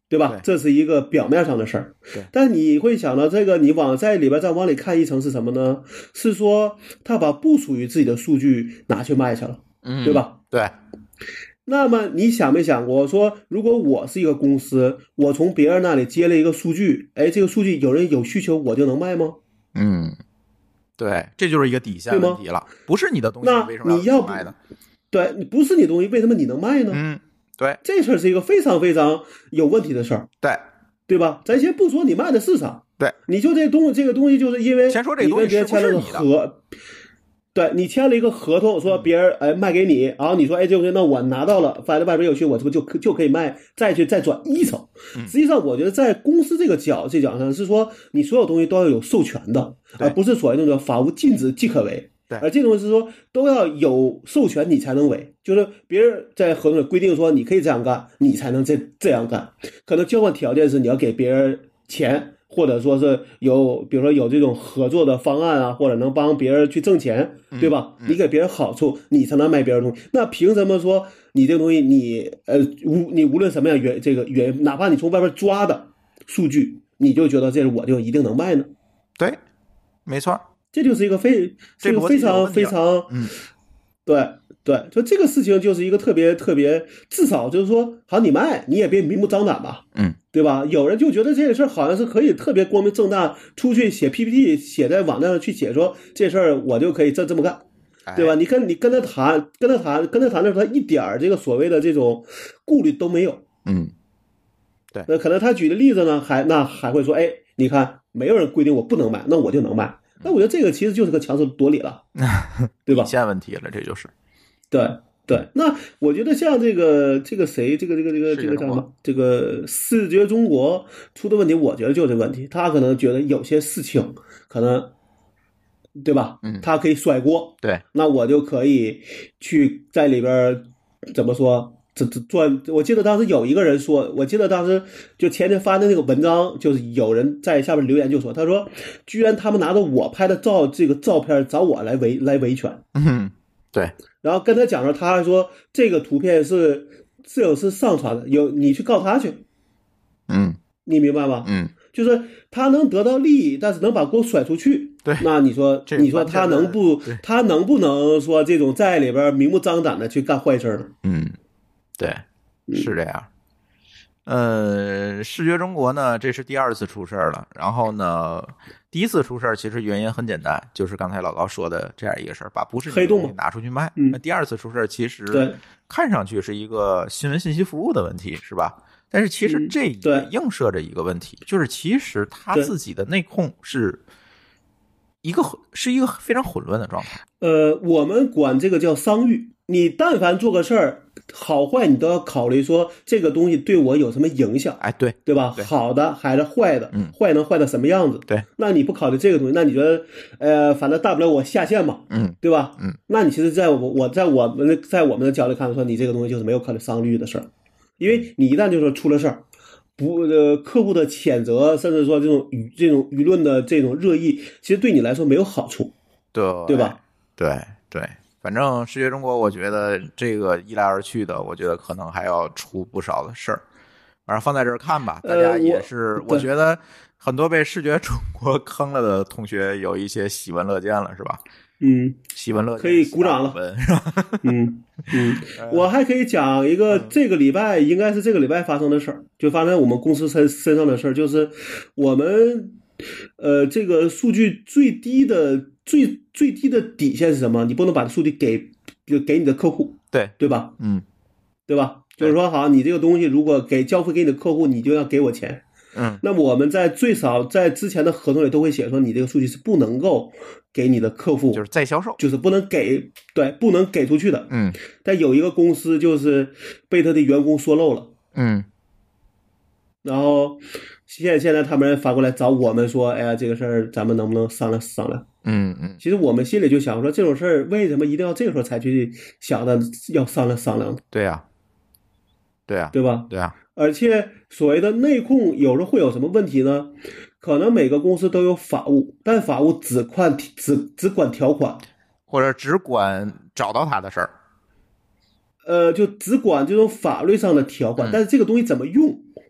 对吧？ 对这是一个表面上的事儿。 对， 但你会想到这个，你往在里边再往里看一层是什么呢？是说他把不属于自己的数据拿去卖去了， 嗯， 对吧？ 对， 那么你想没想过说，如果我是一个公司，我从别人那里接了一个数据，哎，这个数据有人有需求，我就能卖吗？ 嗯，对，这就是一个底线问题了，不是你的东西那为什么你要卖的？ 对，你不是你东西，为什么你能卖呢？ 嗯，对， 这事儿是一个非常非常有问题的事儿， 对， 对吧？咱先不说你卖的是啥， 对， 你就这东西，这个东西就是因为先说这个你跟别人签了个东西是不是你合，对你签了一个合同，说别人哎卖给你，然后你说哎这个东西那我拿到了，反正外边有需我这不就就可以卖，再去再转一层。实际上，我觉得在公司这个角这角上是说，你所有东西都要有授权的，而不是所谓那种法无禁止即可为。 对， 而这东西是说都要有授权你才能为，就是别人在合同里规定说你可以这样干，你才能这这样干。可能交换条件是你要给别人钱，或者说是有，比如说有这种合作的方案啊，或者能帮别人去挣钱，对吧？ 嗯嗯、 你给别人好处，你才能卖别人东西。那凭什么说你这个东西你呃无你无论什么样原这个原，哪怕你从外边抓的数据，你就觉得这是我就一定能卖呢？ 对，没错。 这就是一个非这个非常非常， 嗯， 对对，就这个事情就是一个特别特别，至少就是说，好，你卖你也别明目张胆吧， 嗯， 对吧？有人就觉得这个事儿好像是可以特别光明正大出去写 P P T， 写在网站上去写说这事儿我就可以这这么干，对吧？你跟你跟他谈，跟他谈，跟他谈的时候，他一点这个所谓的这种顾虑都没有， 嗯，对， 那可能他举的例子呢，还那还会说，哎，你看没有人规定我不能卖，那我就能卖。那我觉得这个其实就是个强词夺理了，对吧？ 底线问题了，这就是。 对对，那我觉得像这个这个谁，这个这个这个这个叫什么？这个视觉中国出的问题，我觉得就是这个问题。他可能觉得有些事情可能，对吧？ 嗯， 他可以甩锅。 对， 那我就可以去在里边怎么说？这这赚，我记得当时有一个人说，我记得当时就前天发的那个文章，就是有人在下面留言就说，他说，居然他们拿着我拍的照这个照片找我来维来维权， 嗯，对， 然后跟他讲说，他还说这个图片是摄影师上传的，有你去告他去， 嗯， 你明白吗？ 嗯， 就是他能得到利益，但是能把锅甩出去， 对， 那你说你说他能不他能不能说这种在里边明目张胆的去干坏事呢？ 嗯。对，是这样。呃，视觉中国呢，这是第二次出事了。然后呢，第一次出事其实原因很简单，就是刚才老高说的这样一个事儿，把不是黑洞拿出去卖。 嗯、 那第二次出事其实看上去是一个新闻信息服务的问题，是吧？但是其实这也映射着一个问题，嗯、就是其实他自己的内控是一个是一个非常混乱的状态。 呃，我们管这个叫商誉。你但凡做个事儿，好坏你都要考虑说这个东西对我有什么影响， 哎，对， 对吧？ 对， 好的还是坏的？ 嗯， 坏能坏到什么样子？ 对， 那你不考虑这个东西，那你觉得，呃，反正大不了我下线嘛， 嗯， 对吧？ 嗯， 那你其实在我我在我们的在我们的角度看说，你这个东西就是没有考虑商誉的事儿，因为你一旦就说出了事儿，不呃客户的谴责，甚至说这种舆这种舆论的这种热议，其实对你来说没有好处， 对， 对吧？ 对对。反正视觉中国，我觉得这个一来而去的，我觉得可能还要出不少的事儿。反正放在这儿看吧，大家也是， 呃、 我, 我觉得很多被视觉中国坑了的同学有一些喜闻乐见了，是吧？ 嗯， 喜闻乐见， 可以鼓掌了， 是吧？ 嗯嗯，我还可以讲一个这个礼拜应该是这个礼拜发生的事儿，就发生我们公司身身上的事儿，就是我们呃这个数据最低的。最最低的底线是什么？你不能把数据给给你的客户， 对对吧？ 嗯， 对吧？就是说，好，你这个东西如果给交付给你的客户，你就要给我钱。 嗯， 那么我们在最少在之前的合同里都会写说，你这个数据是不能够给你的客户， 就是再销售， 就是不能给，对，不能给出去的。 嗯， 但有一个公司就是被他的员工说漏了。 嗯， 然后现现在他们反过来找我们说，哎呀，这个事儿咱们能不能商量商量？ 嗯嗯， 其实我们心里就想说，这种事儿为什么一定要这个时候才去想的要商量商量？ 对呀、啊，对呀、啊， 对吧？ 对啊。 而且所谓的内控有时候会有什么问题呢？可能每个公司都有法务，但法务只管只只管条款， 或者只管找到他的事儿。 呃，就只管这种法律上的条款， 嗯、 但是这个东西怎么用，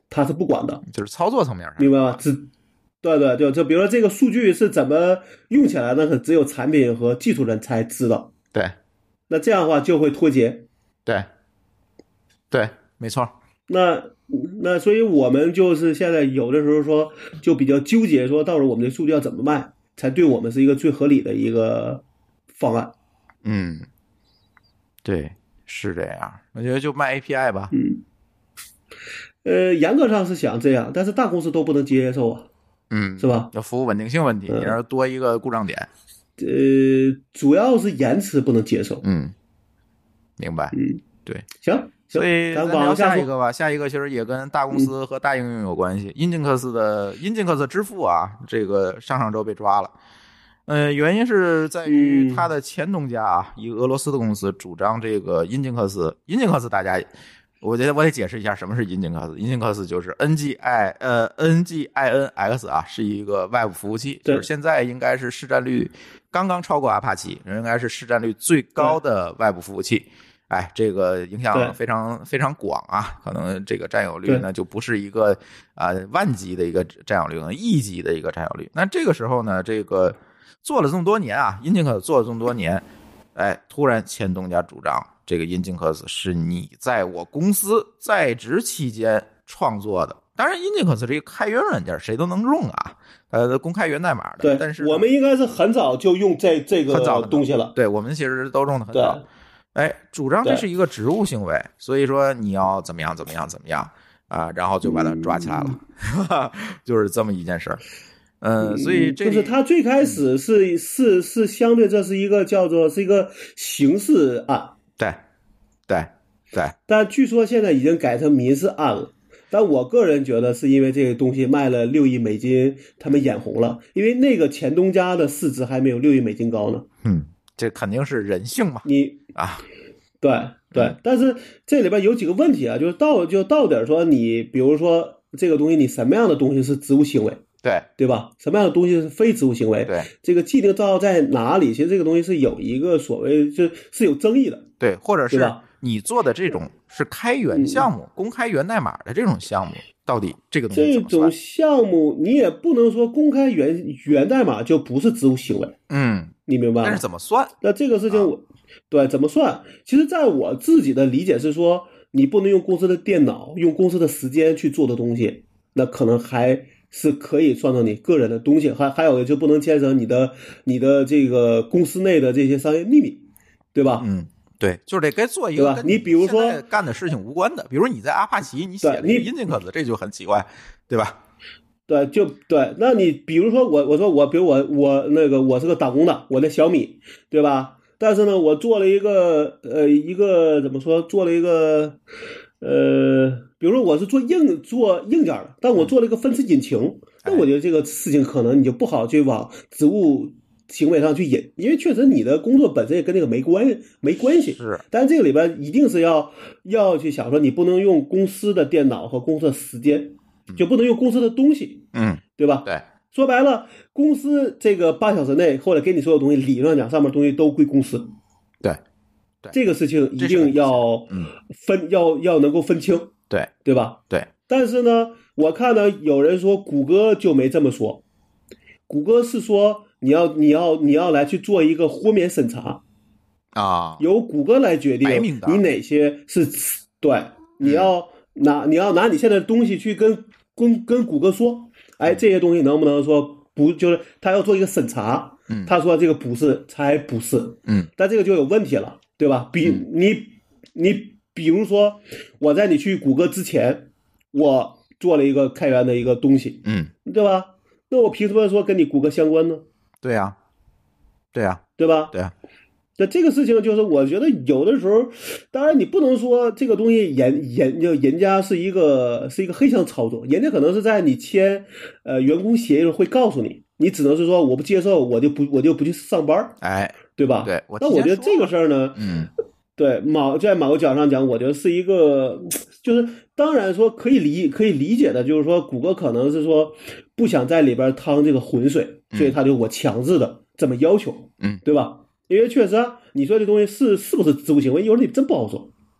他是不管的， 就是操作层面上， 明白吗？只对对对，就比如说这个数据是怎么用起来的，可只有产品和技术人才知道。 对， 那这样的话就会脱节。 对，对，没错。 那那所以我们就是现在有的时候说就比较纠结，说到底我们的数据要怎么卖，才对我们是一个最合理的一个方案。 嗯，对，是这样。我觉得就卖 A P I 吧。 嗯，呃，严格上是想这样，但是大公司都不能接受啊。 嗯， 是吧？ 要服务稳定性问题，你要多一个故障点。 呃，主要是延迟不能接受。 嗯，明白。 嗯， 对， 行。 所以咱聊下一个吧。下一个其实也跟大公司和大应用有关系。英进克斯的英进克斯支付啊，这个上上周被抓了。呃，原因是在于他的前东家啊，一个俄罗斯的公司主张这个英进克斯。英进克斯大家。我觉得我得解释一下什么是 Nginx。Nginx 就是 N G I 呃 N G I N X 啊，是一个外部服务器，就是现在应该是市占率刚刚超过阿帕奇，应该是市占率最高的外部服务器。哎，这个影响非常非常广啊，可能这个占有率呢就不是一个啊、呃、万级的一个占有率，亿级的一个占有率。那这个时候呢，这个做了这么多年啊 ，Nginx 做了这么多年，哎，突然前东家主张。这个 Nginx 是你在我公司在职期间创作的，当然 Nginx 是一个开源软件，谁都能用啊，呃，公开源代码的。 对， 但是我们应该是很早就用这这个东西了。 对，我们其实都用的很早。哎，主张这是一个职务行为，所以说你要怎么样怎么样怎么样啊，然后就把他抓起来了，嗯、就是这么一件事儿。嗯，所以这就是他最开始是是是相对这是一个叫做是一个刑事案。 对，对，对， 但据说现在已经改成民事案了。但我个人觉得是因为这个东西卖了六亿美金，他们眼红了，因为那个前东家的市值还没有六亿美金高呢。 嗯，这肯定是人性嘛。 你啊， 对对，但是这里边有几个问题啊，就是到就到底说你，比如说这个东西，你什么样的东西是职务行为？ 对对吧？什么样的东西是非职务行为？ 对， 这个既定账号在哪里？其实这个东西是有一个所谓就是有争议的。 对，或者是你做的这种是开源项目、嗯、公开源代码的这种项目，到底这个东西怎么算？ 这种项目你也不能说公开源源代码就不是职务行为。 嗯， 你明白吗？ 但是怎么算？ 那这个事情我、啊、对怎么算？其实在我自己的理解是说，你不能用公司的电脑、用公司的时间去做的东西，那可能还是可以算到你个人的东西。还还有就不能牵扯你的你的这个公司内的这些商业秘密，对吧？ 嗯。对，就是得该做一个跟你比如说干的事情无关的，比如你在阿帕奇你写了一个 Nginx，这就很奇怪，对吧？ 对，就对。那你比如说我，我说我，比如我我那个我是个打工的，我在小米，对吧？但是呢，我做了一个呃一个怎么说，做了一个呃，比如说我是做硬做硬件的，但我做了一个分时引擎，那我觉得这个事情可能你就不好去往职务行为上去引，因为确实你的工作本身也跟这个没关没关系。 是， 但是这个里边一定是要要去想说，你不能用公司的电脑和公司的时间，就不能用公司的东西， 嗯， 对吧？ 对， 说白了，公司这个八小时内或者给你所有东西，理论上讲上面东西都归公司。 对，对， 这个事情一定要分，嗯、要要能够分清， 对， 对吧？ 对。 但是呢，我看到有人说谷歌就没这么说，谷歌是说。你要你要你要来去做一个豁免审查啊， 由谷歌来决定你哪些是对，你要拿你要拿你现在的东西去跟跟跟谷歌说，哎，这些东西能不能说不，就是他要做一个审查， 嗯， 他说这个不是才不是， 嗯， 但这个就有问题了，对吧？比你你比如说我在你去谷歌之前，我做了一个开源的一个东西， 嗯， 对吧？那我凭什么说跟你谷歌相关呢？ 对呀、啊，对呀、啊， 对吧？ 对啊。 那这个事情就是，我觉得有的时候，当然你不能说这个东西人人就人家是一个是一个黑箱操作，人家可能是在你签呃员工协议时会告诉你，你只能是说我不接受，我就不我就不去上班， 哎， 对吧？ 对， 我那我觉得这个事儿呢， 嗯， 对，某在某个角上讲，我觉得是一个，就是当然说可以理可以理解的，就是说谷歌可能是说不想在里边趟这个浑水。所以他就我强制的这么要求， 嗯， 对吧？因为确实啊，你说这东西是是不是职务行为，有时候你真不好说。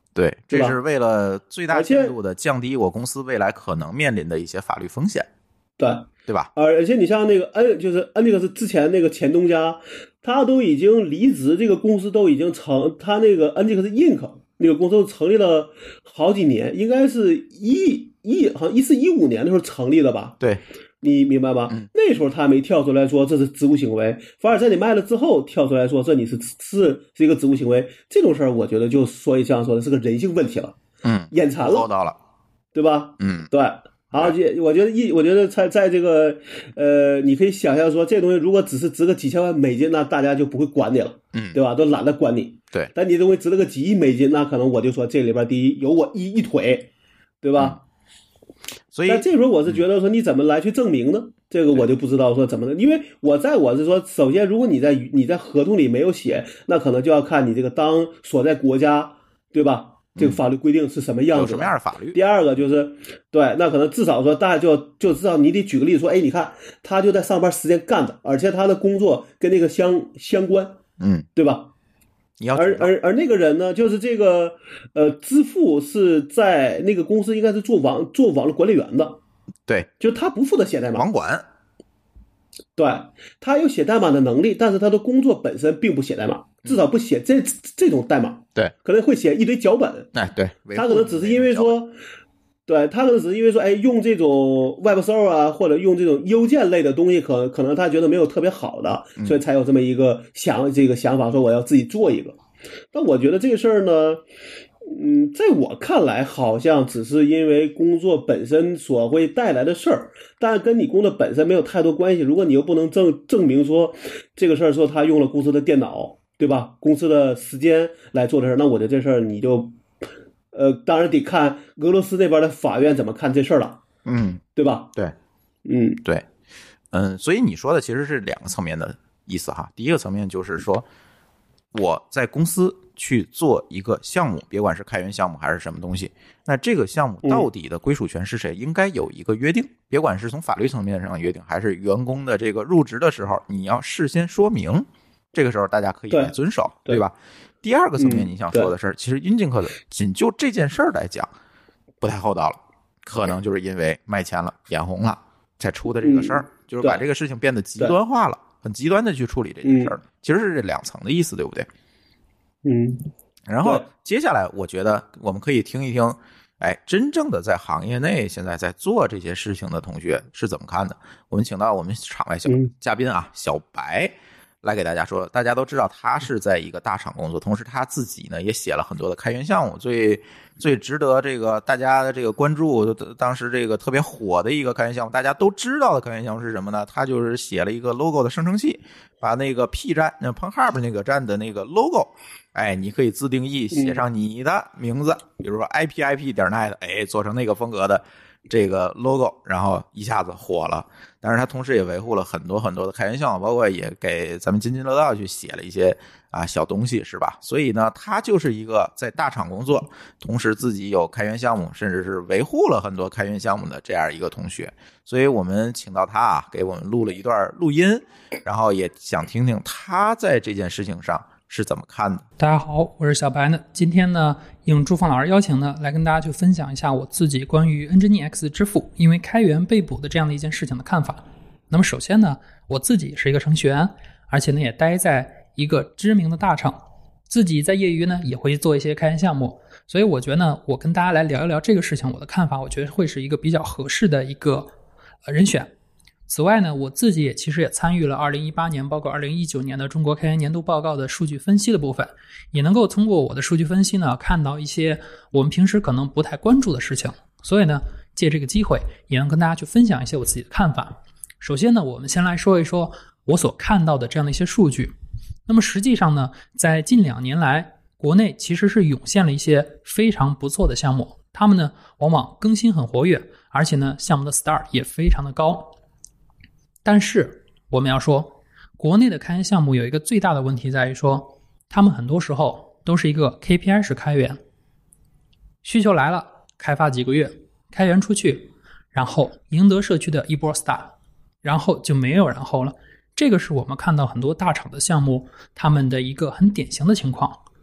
对，这是为了最大限度的降低我公司未来可能面临的一些法律风险。 对， 对吧？ 而且你像那个 N， 就是 N 这个是之前那个前东家，他都已经离职，这个公司都已经成，他那个 N 这个是 Inc 那个公司成立了好几年，应该是一一好像一四一五年的时候成立的吧？ 对， 你明白吧？嗯、那时候他没跳出来说这是职务行为，反而在你卖了之后跳出来说这你是是是一个职务行为，这种事儿我觉得就所以这样说的是个人性问题了， 嗯， 眼馋了， 做到了， 对吧？ 嗯， 对。好，我觉得一，我觉得在在这个，呃，你可以想象说，这东西如果只是值个几千万美金，那大家就不会管你了， 嗯， 对吧？都懒得管你。 对， 但你东西值了个几亿美金，那可能我就说这里边第一有我一一腿，对吧？ 嗯、所以， 但这时候我是觉得说，你怎么来去证明呢？嗯、这个我就不知道说怎么的，因为我在我是说，首先如果你在你在合同里没有写，那可能就要看你这个当所在国家，对吧？这个法律规定是什么样子的？ 有什么样的法律？ 第二个就是，对，那可能至少说，大家就就知道，你得举个例子说，哎，你看他就在上班时间干的，而且他的工作跟那个相相关， 嗯， 对吧？ 你要而而而那个人呢，就是这个呃，支付是在那个公司应该是做网做网络管理员的， 对， 就他不负责写代码， 网管。 对，他有写代码的能力，但是他的工作本身并不写代码，至少不写这这种代码。 对， 可能会写一堆脚本。 哎，对， 他可能只是因为说，对他可能只是因为说，哎，用这种 Web Server 啊，或者用这种邮件类的东西，可可能他觉得没有特别好的，所以才有这么一个想这个想法，说我要自己做一个。但我觉得这个事儿呢。嗯，在我看来，好像只是因为工作本身所会带来的事儿，但跟你工作本身没有太多关系。如果你又不能证证明说这个事儿说他用了公司的电脑，对吧？公司的时间来做的事儿，那我的这事儿你就，呃，当然得看俄罗斯那边的法院怎么看这事儿了， 嗯， 对吧？ 对， 嗯， 对，嗯，所以你说的其实是两个层面的意思哈。第一个层面就是说，我在公司去做一个项目，别管是开源项目还是什么东西，那这个项目到底的归属权是谁，应该有一个约定，别管是从法律层面上约定，还是员工的这个入职的时候，你要事先说明，这个时候大家可以来遵守， 对, 对吧？第二个层面你想说的事儿、嗯，其实云金科的仅就这件事儿来讲，不太厚道了，可能就是因为卖钱了、眼红了才出的这个事儿、嗯，就是把这个事情变得极端化了，很极端的去处理这件事儿、嗯，其实是这两层的意思，对不对？ 嗯， 然后接下来我觉得我们可以听一听，哎，真正的在行业内现在在做这些事情的同学是怎么看的。我们请到我们场外小嘉宾啊，小白来给大家说。大家都知道他是在一个大厂工作，同时他自己呢也写了很多的开源项目。最最值得这个大家的这个关注，当时这个特别火的一个开源项目，大家都知道的开源项目是什么呢？他就是写了一个 logo 的生成器，把那个 P 站、那 Pornhub 那个站的那个 logo。哎，你可以自定义写上你的名字，比如说 I P I P 点 net， 哎，做成那个风格的这个 logo， 然后一下子火了。但是他同时也维护了很多很多的开源项目，包括也给咱们津津乐道去写了一些啊小东西，是吧？所以呢，他就是一个在大厂工作，同时自己有开源项目，甚至是维护了很多开源项目的这样一个同学。所以我们请到他啊，给我们录了一段录音，然后也想听听他在这件事情上是怎么看的。 大家好，我是小白呢。今天呢，应朱峰老师邀请呢，来跟大家去分享一下我自己关于 N G I N X 支付因为开源被捕的这样的一件事情的看法。那么首先呢，我自己是一个程序员，而且呢也待在一个知名的大厂，自己在业余呢也会做一些开源项目，所以我觉得呢，我跟大家来聊一聊这个事情，我的看法，我觉得会是一个比较合适的一个呃人选。此外呢，我自己也其实也参与了二零一八年包括二零一九年的中国开源年度报告的数据分析的部分，也能够通过我的数据分析呢，看到一些我们平时可能不太关注的事情。所以呢，借这个机会也能跟大家去分享一些我自己的看法。首先呢，我们先来说一说我所看到的这样的一些数据。那么实际上呢，在近两年来，国内其实是涌现了一些非常不错的项目，他们呢往往更新很活跃，而且呢项目的 start 也非常的高。但是我们要说，国内的开源项目有一个最大的问题在于说，他们很多时候都是一个 K P I 式开源，需求来了，开发几个月，开源出去，然后赢得社区的一波 star， 然后就没有然后了。这个是我们看到很多大厂的项目他们的一个很典型的情况。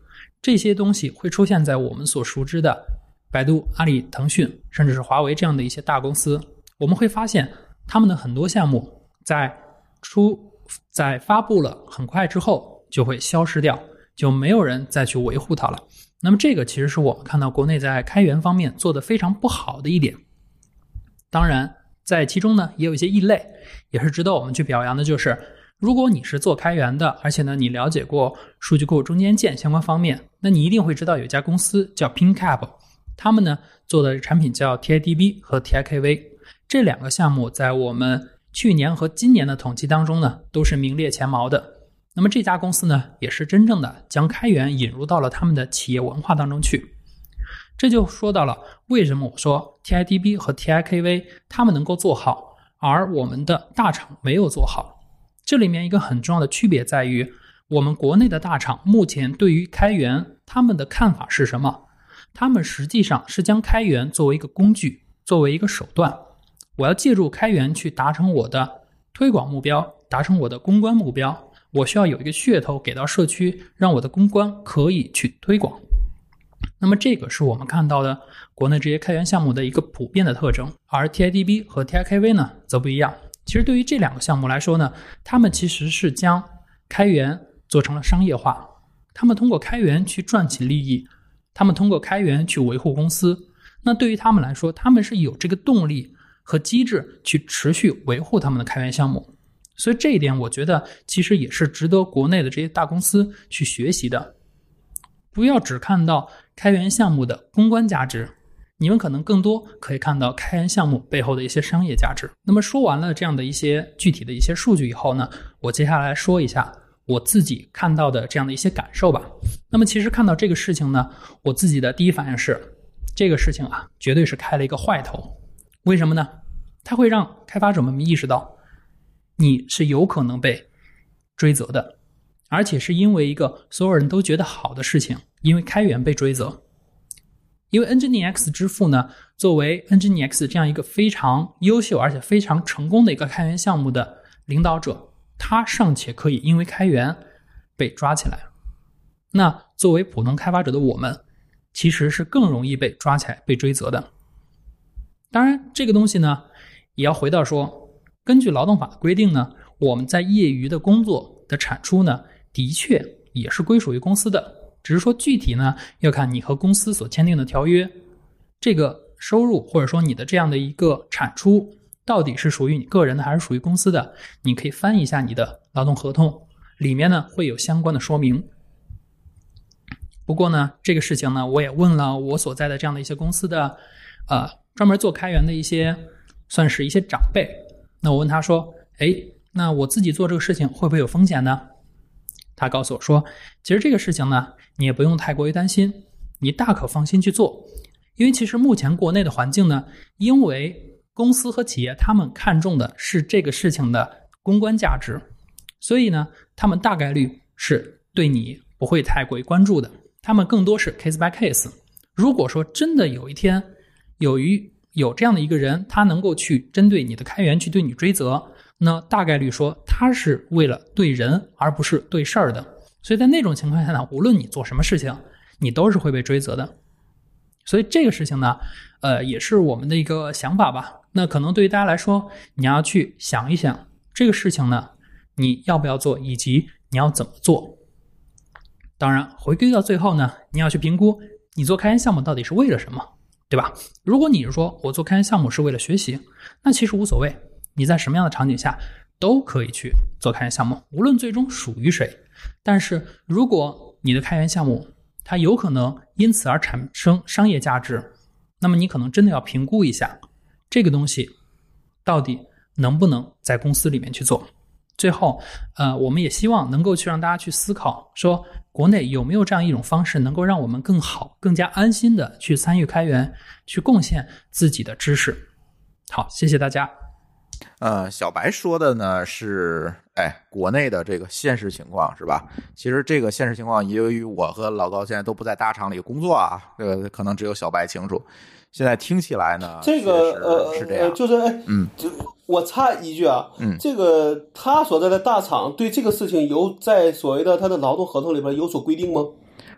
这些东西会出现在我们所熟知的百度、阿里、腾讯甚至是华为这样的一些大公司。我们会发现他们的很多项目在出在发布了很快之后就会消失掉，就没有人再去维护它了。那么这个其实是我们看到国内在开源方面做得非常不好的一点。当然在其中呢也有一些异类，也是值得我们去表扬的，就是如果你是做开源的，而且呢你了解过数据库中间件相关方面，那你一定会知道有一家公司叫 PingCap， 他们呢做的产品叫 T I D B 和 T I K V， 这两个项目在我们去年和今年的统计当中呢都是名列前茅的。那么这家公司呢也是真正的将开源引入到了他们的企业文化当中去。这就说到了为什么我说 T I D B 和 T I K V 他们能够做好，而我们的大厂没有做好。这里面一个很重要的区别在于，我们国内的大厂目前对于开源他们的看法是什么？他们实际上是将开源作为一个工具，作为一个手段，我要借助开源去达成我的推广目标，达成我的公关目标，我需要有一个噱头给到社区，让我的公关可以去推广。那么这个是我们看到的国内这些开源项目的一个普遍的特征。而 T I D B 和 T I K V 呢则不一样。其实对于这两个项目来说呢，他们其实是将开源做成了商业化，他们通过开源去赚取利益，他们通过开源去维护公司。那对于他们来说，他们是有这个动力和机制去持续维护他们的开源项目。所以这一点我觉得其实也是值得国内的这些大公司去学习的。不要只看到开源项目的公关价值，你们可能更多可以看到开源项目背后的一些商业价值。那么说完了这样的一些具体的一些数据以后呢，我接下来说一下我自己看到的这样的一些感受吧。那么其实看到这个事情呢，我自己的第一反应是，这个事情啊绝对是开了一个坏头。为什么呢？它会让开发者们意识到你是有可能被追责的，而且是因为一个所有人都觉得好的事情，因为开源被追责。因为 N G I N X 支付呢，作为 N G I N X 这样一个非常优秀而且非常成功的一个开源项目的领导者，他尚且可以因为开源被抓起来。那作为普通开发者的我们，其实是更容易被抓起来被追责的。当然这个东西呢也要回到说，根据劳动法的规定呢，我们在业余的工作的产出呢，的确也是归属于公司的，只是说具体呢要看你和公司所签订的条约，这个收入或者说你的这样的一个产出到底是属于你个人的还是属于公司的，你可以翻一下你的劳动合同，里面呢会有相关的说明。不过呢这个事情呢我也问了我所在的这样的一些公司的呃专门做开源的一些算是一些长辈，那我问他说，诶，那我自己做这个事情会不会有风险呢？他告诉我说，其实这个事情呢你也不用太过于担心，你大可放心去做。因为其实目前国内的环境呢，因为公司和企业他们看重的是这个事情的公关价值，所以呢他们大概率是对你不会太过于关注的，他们更多是 case by case。 如果说真的有一天有于有这样的一个人，他能够去针对你的开源去对你追责，那大概率说他是为了对人而不是对事儿的。所以在那种情况下呢，无论你做什么事情，你都是会被追责的。所以这个事情呢呃，也是我们的一个想法吧。那可能对于大家来说，你要去想一想这个事情呢你要不要做，以及你要怎么做。当然回归到最后呢，你要去评估你做开源项目到底是为了什么，对吧？如果你是说我做开源项目是为了学习，那其实无所谓，你在什么样的场景下都可以去做开源项目，无论最终属于谁。但是如果你的开源项目它有可能因此而产生商业价值，那么你可能真的要评估一下这个东西到底能不能在公司里面去做。最后呃，我们也希望能够去让大家去思考说，国内有没有这样一种方式能够让我们更好更加安心的去参与开源，去贡献自己的知识。好，谢谢大家。 呃，小白说的呢是，哎，国内的这个现实情况是吧？其实这个现实情况，由于我和老高现在都不在大厂里工作啊，这个可能只有小白清楚。现在听起来呢， 这个呃是这样， 就是哎， 嗯， 就我插一句啊， 嗯， 这个他所在的大厂对这个事情有在所谓的他的劳动合同里边有所规定吗？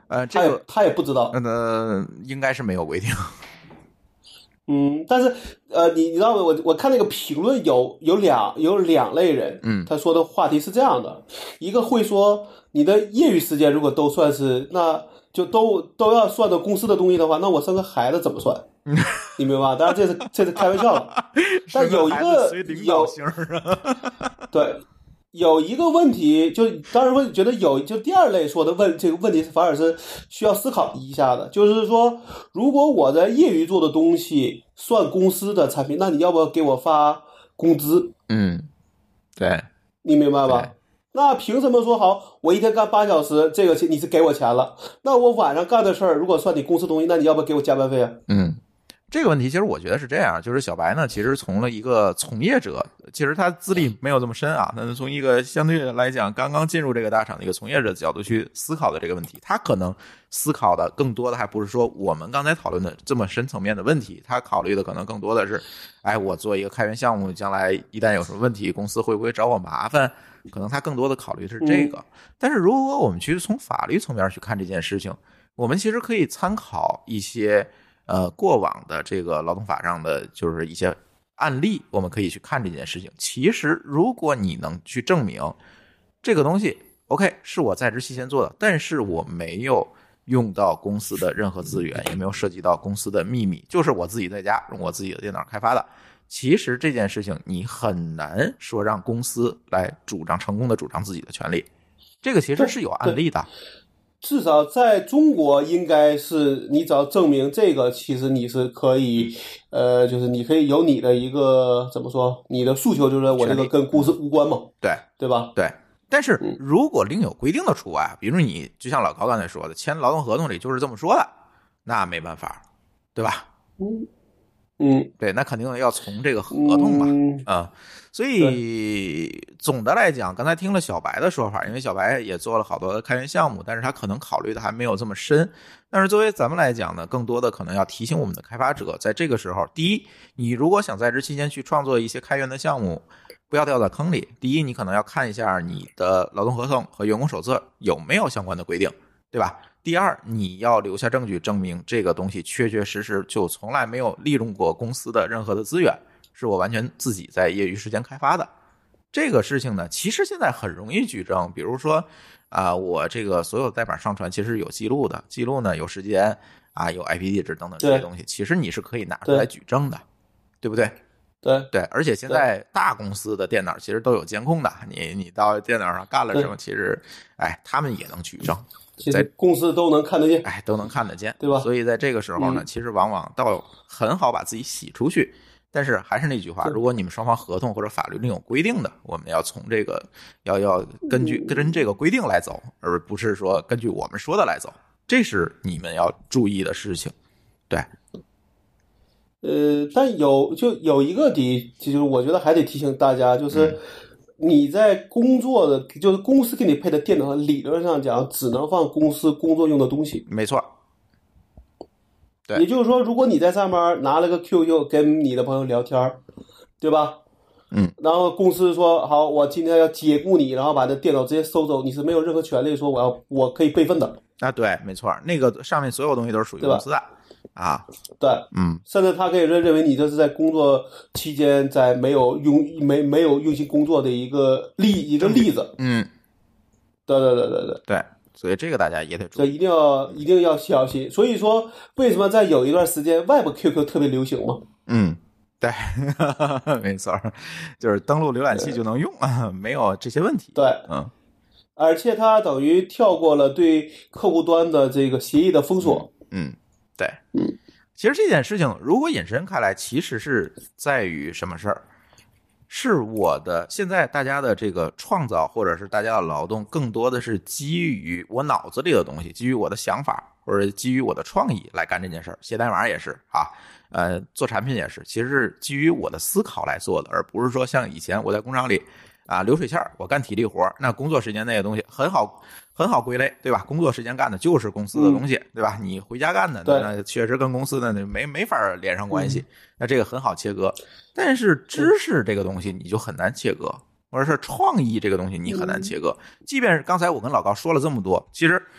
呃，这个他也他也不知道， 呃，应该是没有规定。 嗯，但是呃，你你知道吗？我我看那个评论有有两有两类人， 嗯， 他说的话题是这样的，一个会说你的业余时间如果都算是，那就都都要算到公司的东西的话，那我生个孩子怎么算？你明白吧？当然这是这是开玩笑的，但有一个有对。有一个问题，就当然会觉得有，就第二类说的问这个问题是反而是需要思考一下的，就是说，如果我在业余做的东西算公司的产品，那你要不要给我发工资？ 嗯，对， 你明白吧？那凭什么说好，我一天干八小时，这个你是给我钱了，那我晚上干的事儿如果算你公司东西，那你要不要给我加班费啊？ 嗯。这个问题其实我觉得是这样，就是小白呢，其实从了一个从业者，其实他资历没有这么深啊，但是从一个相对来讲刚刚进入这个大厂的一个从业者的角度去思考的这个问题，他可能思考的更多的还不是说我们刚才讨论的这么深层面的问题，他考虑的可能更多的是，哎，我做一个开源项目，将来一旦有什么问题，公司会不会找我麻烦？可能他更多的考虑的是这个。但是如果我们去从法律层面去看这件事情，我们其实可以参考一些呃，过往的这个劳动法上的就是一些案例，我们可以去看这件事情。其实，如果你能去证明这个东西 ，OK， 是我在职期间做的，但是我没有用到公司的任何资源，也没有涉及到公司的秘密，就是我自己在家用我自己的电脑开发的。其实这件事情你很难说让公司来主张成功的主张自己的权利，这个其实是有案例的。 至少在中国，应该是你只要证明这个，其实你是可以，呃，就是你可以有你的一个怎么说，你的诉求就是我这个跟公司无关嘛， 对对吧？ 对。但是如果另有规定的除外，比如你就像老高刚才说的，签劳动合同里就是这么说的，那没办法，对吧？ 嗯嗯， 对，那肯定要从这个合同嘛， 嗯、 啊。所以总的来讲，刚才听了小白的说法，因为小白也做了好多的开源项目，但是他可能考虑的还没有这么深。但是作为咱们来讲呢，更多的可能要提醒我们的开发者，在这个时候，第一，你如果想在职期间去创作一些开源的项目，不要掉在坑里。第一，你可能要看一下你的劳动合同和员工手册有没有相关的规定，对吧？第二，你要留下证据证明这个东西确确实实就从来没有利用过公司的任何的资源，是我完全自己在业余时间开发的。这个事情呢，其实现在很容易举证，比如说啊、呃，我这个所有代码上传其实有记录的，记录呢有时间啊，有 I P 地址等等这些东西，其实你是可以拿出来举证的， 对, 对不对？ 对对，而且现在大公司的电脑其实都有监控的，你你到电脑上干了什么，其实哎，他们也能举证。 其实公司都能看得见， 哎，都能看得见， 对吧？ 所以在这个时候呢，嗯、其实往往倒很好把自己洗出去。但是还是那句话，如果你们双方合同或者法律另有规定的，我们要从这个要要根据跟这个规定来走，而不是说根据我们说的来走，这是你们要注意的事情。对， 呃，但有就有一个得，就是我觉得还得提醒大家，就是你在工作的，就是公司给你配的电脑，理论上讲只能放公司工作用的东西。 没错。对， 也就是说，如果你在上面拿了个 Q Q 跟你的朋友聊天，对吧？ 嗯， 然后公司说好，我今天要解雇你，然后把这电脑直接收走，你是没有任何权利说我要我可以备份的。 啊，对，没错，那个上面所有东西都是属于公司的啊。 对， 嗯， 甚至他可以认认为你这是在工作期间在没有用没没有用心工作的一个例一个例子。 嗯， 对对对对对对。所以这个大家也得注意， 这一定要一定要小心。所以说，为什么在有一段时间 Web Q Q 特别流行吗？ 嗯，对，没错，就是登录浏览器就能用，没有这些问题。 对， 嗯， 而且它等于跳过了对客户端的这个协议的封锁。 嗯，对， 嗯， 其实这件事情如果引申开来，其实是在于什么事儿？是我的现在大家的这个创造或者是大家的劳动更多的是基于我脑子里的东西，基于我的想法或者基于我的创意来干这件事儿。写代码也是啊，呃，做产品也是，其实是基于我的思考来做的，而不是说像以前我在工厂里啊流水线我干体力活，那工作时间那个东西很好很好归类，对吧？工作时间干的就是公司的东西，嗯、对吧？你回家干的那确实跟公司的没没法连上关系，嗯、那这个很好切割。但是知识这个东西你就很难切割，或者是创意这个东西你很难切割。即便是刚才我跟老高说了这么多，其实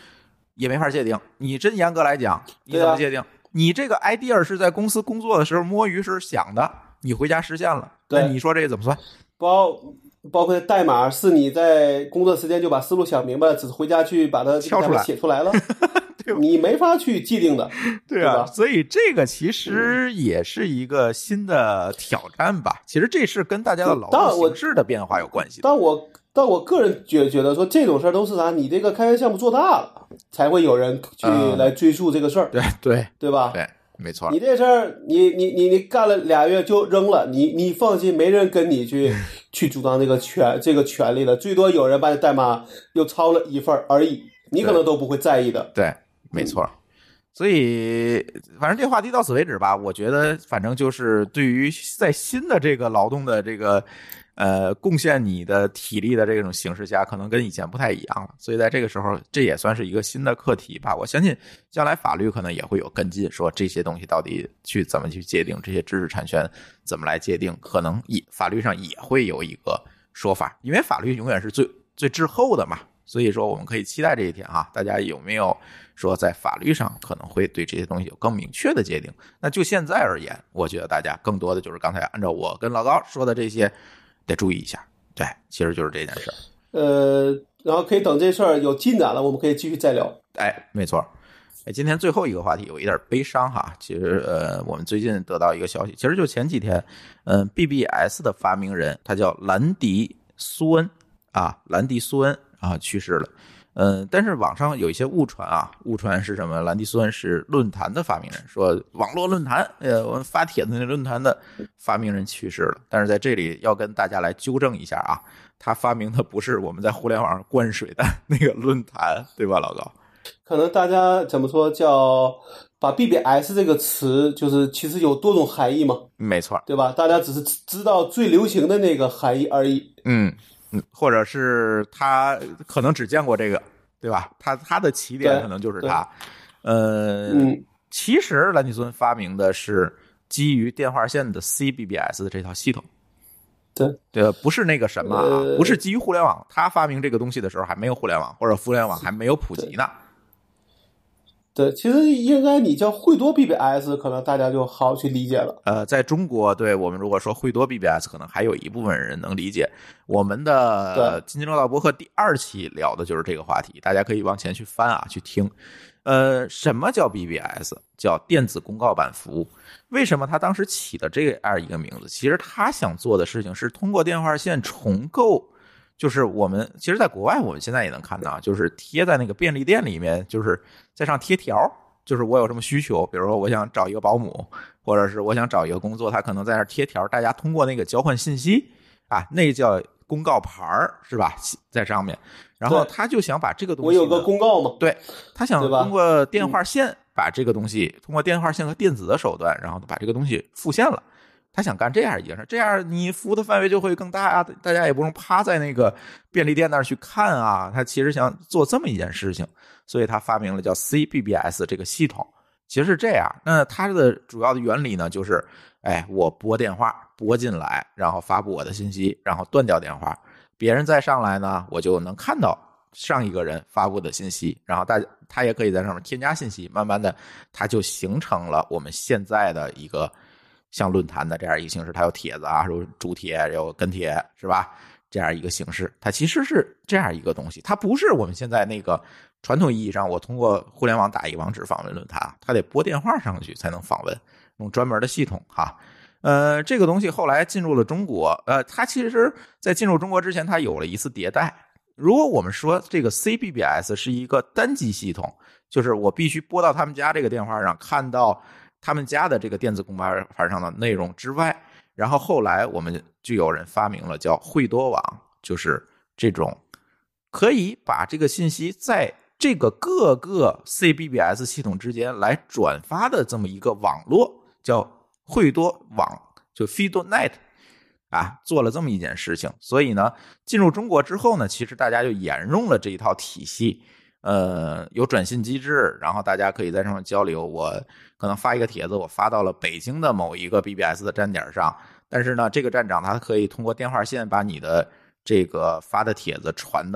也没法界定。你真严格来讲，你怎么界定？啊、你这个 idea 是在公司工作的时候摸鱼时想的，你回家实现了，那你说这个怎么算？ 包包括代码是你在工作时间就把思路想明白了，只是回家去把它敲出来写出来了。你没法去界定的， 对啊，所以这个其实也是一个新的挑战吧。其实这是跟大家的劳动形式的变化有关系的。 但我但我个人觉觉得说这种事儿都是啥？你这个开源项目做大了，才会有人去来追溯这个事儿、 嗯。对对对吧？ 对，没错。 你这事儿，你你你你干了俩月就扔了，你你放心，没人跟你去去主张这个权这个权利了，最多有人把代码又抄了一份而已，你可能都不会在意的。 对。没错，所以反正这话题到此为止吧。我觉得反正就是对于在新的这个劳动的这个呃贡献你的体力的这种形式下，可能跟以前不太一样了。所以在这个时候，这也算是一个新的课题吧。我相信将来法律可能也会有跟进，说这些东西到底去怎么去界定，这些知识产权怎么来界定，可能也法律上也会有一个说法，因为法律永远是最最滞后的嘛。所以说我们可以期待这一天啊，大家有没有说在法律上可能会对这些东西有更明确的界定？那就现在而言，我觉得大家更多的就是刚才按照我跟老高说的这些得注意一下。对，其实就是这件事。 呃，然后可以等这事儿有进展了，我们可以继续再聊。 哎，没错。哎，今天最后一个话题有一点悲伤哈。其实呃，我们最近得到一个消息，其实就前几天，嗯 ，B B S 的发明人他叫兰迪苏恩啊，兰迪苏恩。啊，去世了，嗯，但是网上有一些误传啊，误传是什么？兰迪苏恩是论坛的发明人，说网络论坛，呃，我们发帖子那论坛的发明人去世了。但是在这里要跟大家来纠正一下啊，他发明的不是我们在互联网上灌水的那个论坛，对吧，老高？ 可能大家怎么说叫把 B B S 这个词，就是其实有多种含义嘛？ 没错， 对吧？大家只是知道最流行的那个含义而已。 嗯。嗯，或者是他可能只见过这个，对吧？他他的起点可能就是他。呃、嗯，其实兰迪苏恩发明的是基于电话线的 C B B S 的这套系统。 对， 对，不是那个什么啊，呃、不是基于互联网。他发明这个东西的时候还没有互联网，或者互联网还没有普及呢。 对，其实应该你叫惠多 B B S， 可能大家就好去理解了。 呃，在中国，对我们如果说惠多 B B S， 可能还有一部分人能理解。我们的津津乐道播客第二期聊的就是这个话题，大家可以往前去翻啊，去听。呃，什么叫 B B S？ 叫电子公告板服务。为什么他当时起的这样一个名字？其实他想做的事情是通过电话线重构。就是我们其实在国外我们现在也能看到，就是贴在那个便利店里面，就是在上贴条，就是我有什么需求，比如说我想找一个保姆，或者是我想找一个工作，他可能在那贴条，大家通过那个交换信息啊，那叫公告牌是吧，在上面，然后他就想把这个东西， 我有个公告嘛， 对，他想通过电话线把这个东西，通过电话线和电子的手段，然后把这个东西复现了。他想干这样一件事，这样你服务的范围就会更大啊，大家也不用趴在那个便利店那儿去看啊。他其实想做这么一件事情，所以他发明了叫 C B B S 这个系统。其实是这样，那它的主要的原理呢，就是，哎，我拨电话拨进来，然后发布我的信息，然后断掉电话，别人再上来呢，我就能看到上一个人发布的信息，然后大家他也可以在上面添加信息，慢慢的它就形成了我们现在的一个。像论坛的这样一个形式，它有帖子啊，有主帖，有跟帖，是吧？这样一个形式，它其实是这样一个东西，它不是我们现在那个传统意义上，我通过互联网打一个网址访问论坛，它得拨电话上去才能访问，用专门的系统哈。呃，这个东西后来进入了中国，呃，它其实在进入中国之前，它有了一次迭代。如果我们说这个 C B B S 是一个单机系统，就是我必须拨到他们家这个电话上，看到他们家的这个电子公告牌上的内容之外，然后后来我们就有人发明了叫惠多网，就是这种可以把这个信息在这个各个 C B B S 系统之间来转发的这么一个网络，叫惠多网，就 FeedNet 啊，做了这么一件事情。所以呢，进入中国之后呢，其实大家就沿用了这一套体系。呃，有转信机制，然后大家可以在上面交流。我可能发一个帖子，我发到了北京的某一个 B B S 的站点上，但是呢，这个站长他可以通过电话线把你的这个发的帖子传到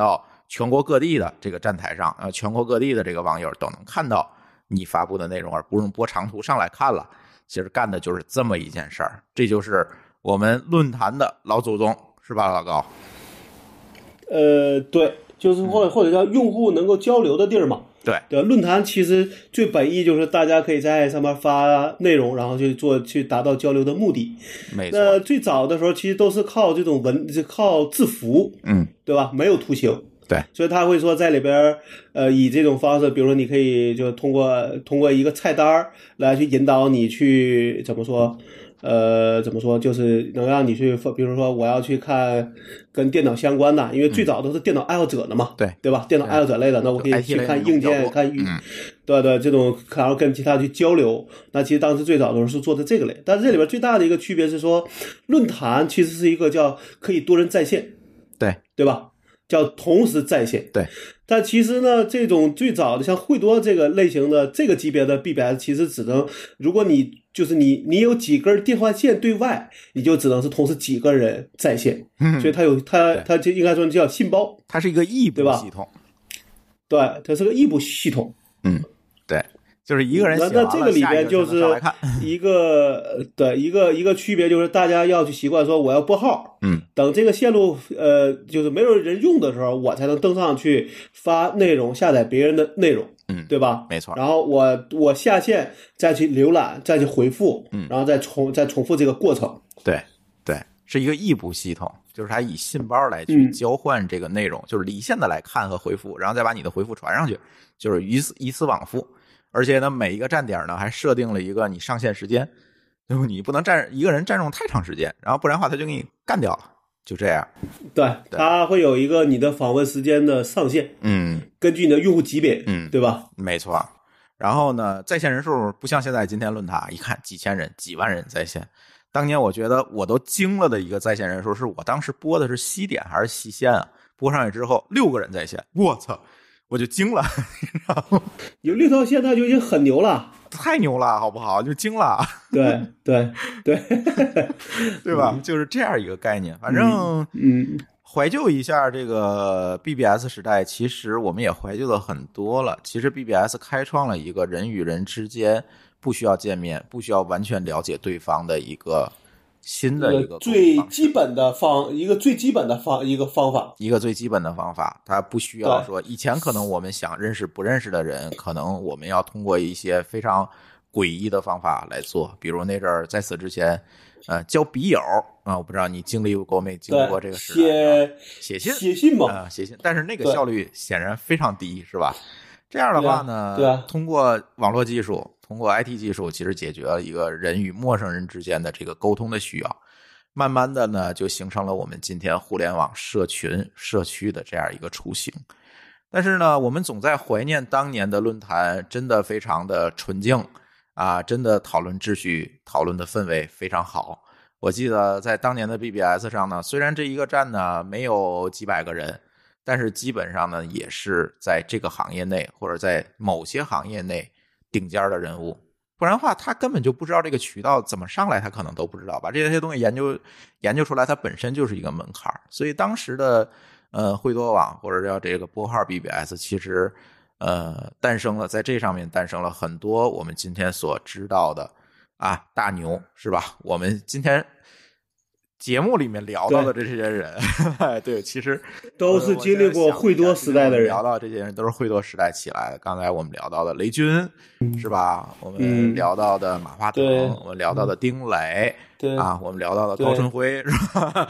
全国各地的这个站台上，呃，全国各地的这个网友都能看到你发布的内容，而不用播长图上来看了。其实干的就是这么一件事儿，这就是我们论坛的老祖宗，是吧，老高？ 呃，对，就是或者或者叫用户能够交流的地儿嘛。 对对，论坛其实最本意就是大家可以在上面发内容，然后去做去达到交流的目的。 没错。 那最早的时候其实都是靠这种文，靠字符， 嗯， 对吧？没有图形。 对， 所以他会说在里边，呃，以这种方式，比如说你可以就通过通过一个菜单来去引导你去怎么说，呃，怎么说，就是能让你去，比如说我要去看跟电脑相关的，因为最早都是电脑爱好者的嘛， 对、嗯、 对吧？电脑爱好者类的，那我可以去看硬件、看语，嗯、对对，这种然后跟其他去交流。那其实当时最早的时候是做的这个类，但是这里边最大的一个区别是说，论坛其实是一个叫可以多人在线， 对对吧？叫同时在线， 对， 但其实呢，这种最早的像惠多这个类型的这个级别的 B B S， 其实只能，如果你就是你你有几根电话线对外，你就只能是同时几个人在线，嗯、所以它有它它就应该说叫信包， 它是一个异步系统， 对，它是个异步系统， 嗯，对。就是一个人写完了， 那这个里边就是一个对一个一个区别，就是大家要去习惯说我要拨号， 嗯， 等这个线路呃就是没有人用的时候，我才能登上去发内容，下载别人的内容， 嗯， 对吧？ 没错。 然后我我下线再去浏览，再去回复， 嗯， 然后再重再重复这个过程。 对对，是一个异步系统，就是它以信包来去交换这个内容，嗯、就是离线的来看和回复，然后再把你的回复传上去，就是一次一次往复。而且呢，每一个站点呢还设定了一个你上线时间，就是你不能占一个人占用太长时间，然后不然的话他就给你干掉了，就这样。 对，它会有一个你的访问时间的上限， 嗯， 根据你的用户级别， 嗯， 对吧？ 没错。然后呢，在线人数不像现在今天论坛一看几千人、几万人在线。当年我觉得我都惊了的一个在线人数，是我当时播的是西点还是西线啊？播上去之后六个人在线，我操！我就惊了，然后有六条线，它就已经很牛了， 太牛了，好不好？就惊了。 对对对， 对吧？就是这样一个概念。反正， 嗯， 怀旧一下这个 B B S 时代，其实我们也怀旧了很多了。其实 B B S 开创了一个人与人之间不需要见面、不需要完全了解对方的一个。新的一个最基本的方，一个最基本的方，一个方法， 一个最基本的方法，它不需要说以前可能我们想认识不认识的人，可能我们要通过一些非常诡异的方法来做，比如那阵儿在此之前，呃，交笔友啊，我不知道你经历过没经历过这个时代，写信写信嘛， 啊、呃，写信，但是那个效率显然非常低，是吧？这样的话呢， 对啊， 通过网络技术。通过 I T 技术，其实解决了一个人与陌生人之间的这个沟通的需要，慢慢的呢，就形成了我们今天互联网社群社区的这样一个雏形。但是呢，我们总在怀念当年的论坛，真的非常的纯净啊，真的讨论秩序、讨论的氛围非常好。我记得在当年的 B B S 上呢，虽然这一个站呢没有几百个人，但是基本上呢，也是在这个行业内或者在某些行业内。顶尖的人物，不然的话他根本就不知道这个渠道怎么上来，他可能都不知道，把这些东西研究研究出来，它本身就是一个门槛。所以当时的呃惠多网或者叫这个拨号 B B S， 其实呃诞生了，在这上面诞生了很多我们今天所知道的啊大牛，是吧？我们今天节目里面聊到的这些人，对，对，其实都是经历过惠多时代的人。 聊到这些人都是惠多时代起来的。刚才我们聊到的雷军，嗯、是吧？我们聊到的马化腾， 嗯、 我们聊到的丁磊， 对啊，我们聊到的高春辉，是吧？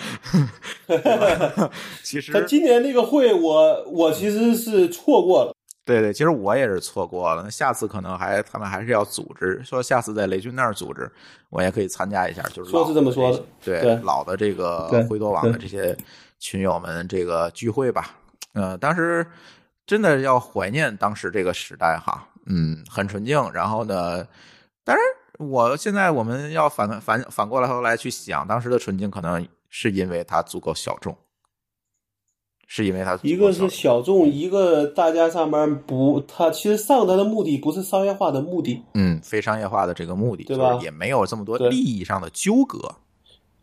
其实他今年那个会我，我我其实是错过了。 对对，其实我也是错过了。那下次可能还他们还是要组织，说下次在雷军那儿组织，我也可以参加一下。就是说是这么说的， 对， 对老的这个惠多网的这些群友们这个聚会吧。呃，当时真的要怀念当时这个时代哈，嗯，很纯净。然后呢，当然我现在我们要反反反过来头来去想，当时的纯净可能是因为它足够小众。是因为它一个是小众，一个大家上面不，它其实上它的目的不是商业化的目的， 嗯，非商业化的这个目的， 对吧？ 就是也没有这么多利益上的纠葛。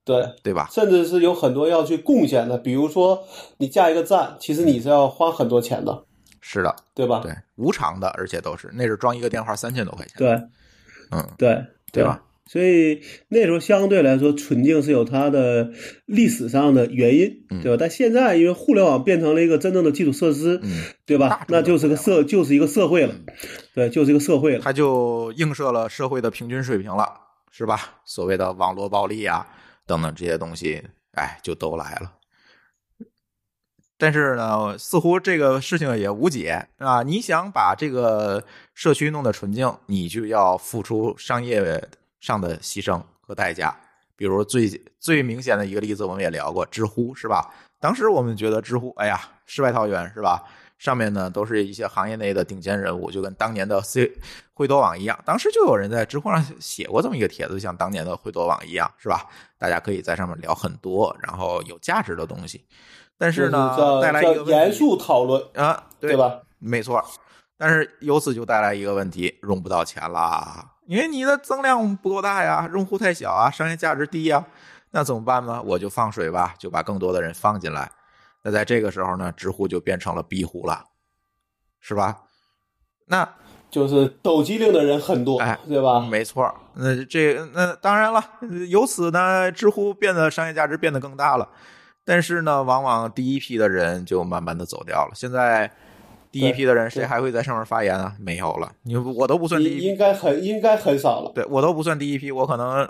对对吧？ 甚至是有很多要去贡献的，比如说你架一个站，其实你是要花很多钱的。 是的， 对吧？ 对，无偿的，而且都是那是装一个电话三千多块钱。 对， 嗯， 对， 对吧？ 所以那时候相对来说，纯净是有它的历史上的原因， 嗯、 对吧？但现在因为互联网变成了一个真正的基础设施， 嗯， 对吧？那就是个社，就是一个社会了， 嗯、 对，就是一个社会了。 它就映射了社会的平均水平了，是吧？所谓的网络暴力啊等等这些东西，哎，就都来了。但是呢，似乎这个事情也无解啊！你想把这个社区弄得纯净，你就要付出商业上的牺牲和代价。比如最最明显的一个例子，我们也聊过知乎，是吧？当时我们觉得知乎，哎呀，世外桃源，是吧？上面呢都是一些行业内的顶尖人物，就跟当年的 C 会多网一样。当时就有人在知乎上写过这么一个帖子，像当年的会多网一样，是吧？大家可以在上面聊很多，然后有价值的东西。但是呢， 就是带来一个严肃讨论啊，对， 对吧？ 没错。但是由此就带来一个问题，用不到钱啦，因为你的增量不够大呀，用户太小啊，商业价值低呀，那怎么办呢？我就放水吧，就把更多的人放进来。那在这个时候呢，知乎就变成了逼乎了，是吧？那就是抖机灵的人很多， 哎， 对吧？ 没错。那这那当然了，由此呢，知乎变得商业价值变得更大了。但是呢，往往第一批的人就慢慢的走掉了。现在第一批的人谁还会在上面发言啊？没有了。你我都不算第一批， 应该很应该很少了。 对，我都不算第一批，我可能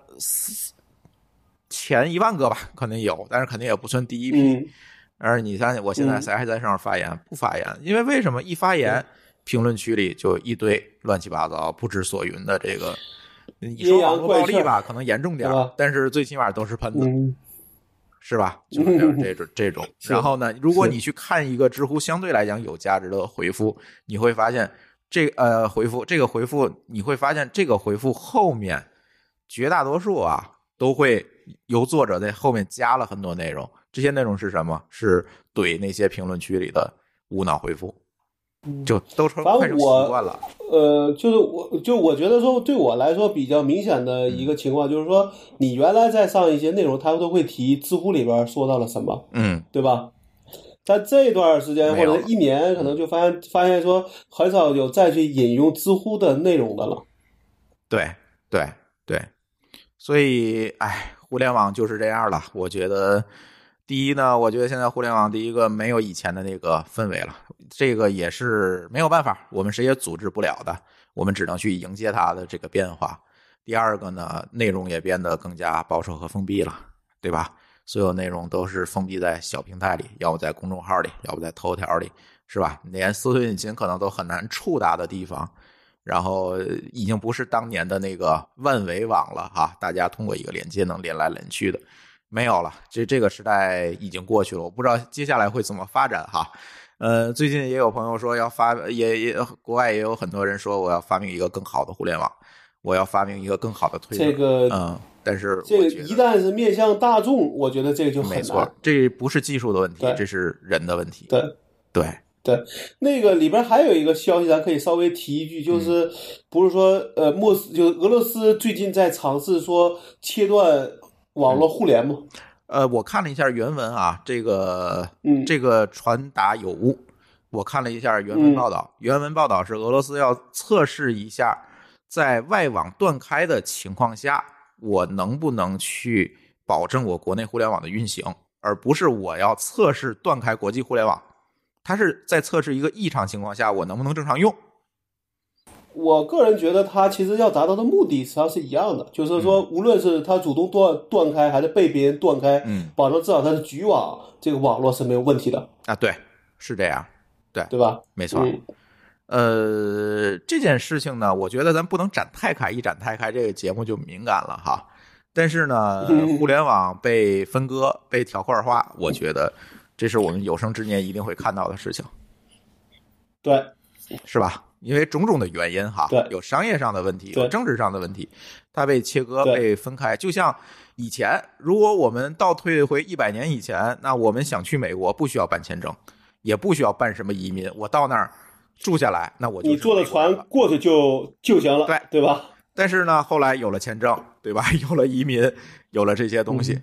前一万个吧，可能有，但是肯定也不算第一批。 嗯、 而你看，我现在谁还在上面发言？嗯、不发言，因为为什么？一发言，评论区里就一堆乱七八糟、不知所云的这个。你说网络暴力吧，可能严重点，但是最起码都是喷子。 嗯是吧？就是这种这种。然后呢，如果你去看一个知乎相对来讲有价值的回复，你会发现这呃回复这个回复，你会发现这个回复后面绝大多数啊都会由作者在后面加了很多内容。这些内容是什么？是怼那些评论区里的无脑回复。就都成快成习惯了。 呃，就是我，就我觉得说，对我来说比较明显的一个情况，就是说，你原来在上一些内容，他都会提知乎里边说到了什么， 嗯， 对吧？在这段时间或者一年，可能就发现发现说，很少有再去引用知乎的内容的了。 对对对，所以，哎，互联网就是这样了。我觉得。第一呢，我觉得现在互联网第一个没有以前的那个氛围了，这个也是没有办法，我们谁也阻止不了的，我们只能去迎接它的这个变化。第二个呢，内容也变得更加保守和封闭了，对吧？所有内容都是封闭在小平台里，要不在公众号里，要不在头条里，是吧？连搜索引擎可能都很难触达的地方，然后已经不是当年的那个万维网了哈，大家通过一个连接能连来连去的。没有了，这这个时代已经过去了，我不知道接下来会怎么发展哈。呃，最近也有朋友说要发，也也国外也有很多人说我要发明一个更好的互联网，我要发明一个更好的推这个嗯，但是这个一旦是面向大众，我觉得这个就很难。 没错，这不是技术的问题，这是人的问题。 对对对，那个里边还有一个消息，咱可以稍微提一句，就是不是说呃，莫斯就是俄罗斯最近在尝试说切断。网络互联吗？ 呃，我看了一下原文啊，这个， 嗯， 这个传达有误。我看了一下原文报道，嗯、原文报道是俄罗斯要测试一下，在外网断开的情况下，我能不能去保证我国内互联网的运行，而不是我要测试断开国际互联网。它是在测试一个异常情况下，我能不能正常用。 我个人觉得他其实要达到的目的实际上是一样的，就是说无论是他主动断断开还是被别人断开， 嗯， 保证至少他的局网这个网络是没有问题的啊，对，是这样，对对吧？ 没错。嗯、呃，这件事情呢，我觉得咱不能展太开，一展太开这个节目就敏感了哈。但是呢， 嗯、 互联网被分割、被条块化，我觉得这是我们有生之年一定会看到的事情， 对， 是吧？因为种种的原因哈，有商业上的问题，有政治上的问题，它被切割、被分开。就像以前，如果我们倒退回一百年以前，那我们想去美国不需要办签证，也不需要办什么移民，我到那儿住下来，那我就你坐的船过去就就行了， 对对吧？ 但是呢，后来有了签证，对吧？有了移民，有了这些东西， 嗯、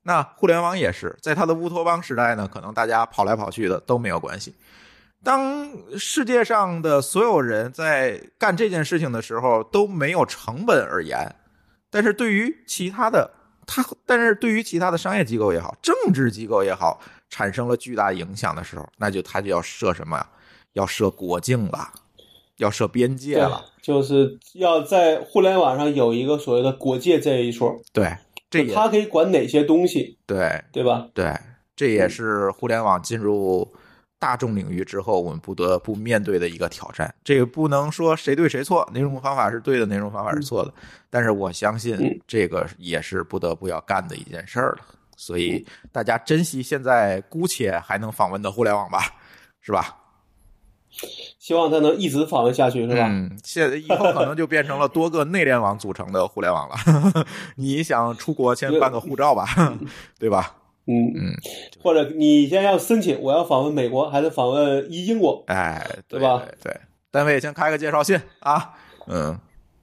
那互联网也是，在它的乌托邦时代呢，可能大家跑来跑去的都没有关系。当世界上的所有人在干这件事情的时候都没有成本而言，但是对于其他的它，但是对于其他的商业机构也好，政治机构也好，产生了巨大影响的时候，那就它就要设什么呀？要设国境了，要设边界了， 就是要在互联网上有一个所谓的国界这一说。 对，这也它可以管哪些东西？ 对， 对吧？ 对，这也是互联网进入大众领域之后我们不得不面对的一个挑战。这个不能说谁对谁错，哪种方法是对的，哪种方法是错的，但是我相信这个也是不得不要干的一件事儿了。所以大家珍惜现在姑且还能访问的互联网吧，是吧？ 希望它能一直访问下去，是吧？ 嗯，现在以后可能就变成了多个内联网组成的互联网了。你想出国先办个护照吧，对吧？ 嗯嗯， 或者你先要申请，我要访问美国还是访问英国？ 哎，对对吧？ 对，单位先开个介绍信啊。嗯，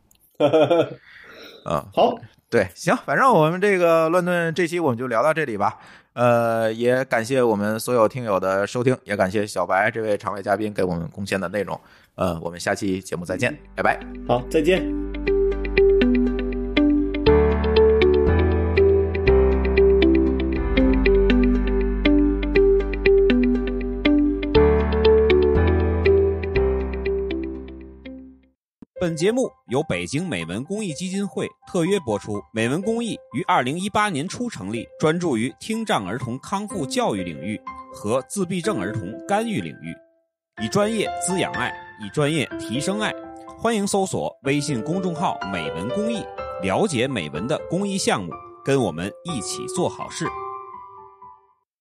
嗯， 好， 对，行，反正我们这个乱炖这期我们就聊到这里吧。呃，也感谢我们所有听友的收听，也感谢小白这位常委嘉宾给我们贡献的内容。呃，我们下期节目再见，拜拜。 好，再见。 本节目由北京美文公益基金会特约播出。美文公益于二零一八年初成立，专注于听障儿童康复教育领域和自闭症儿童干预领域，以专业滋养爱，以专业提升爱。欢迎搜索微信公众号美文公益，了解美文的公益项目，跟我们一起做好事。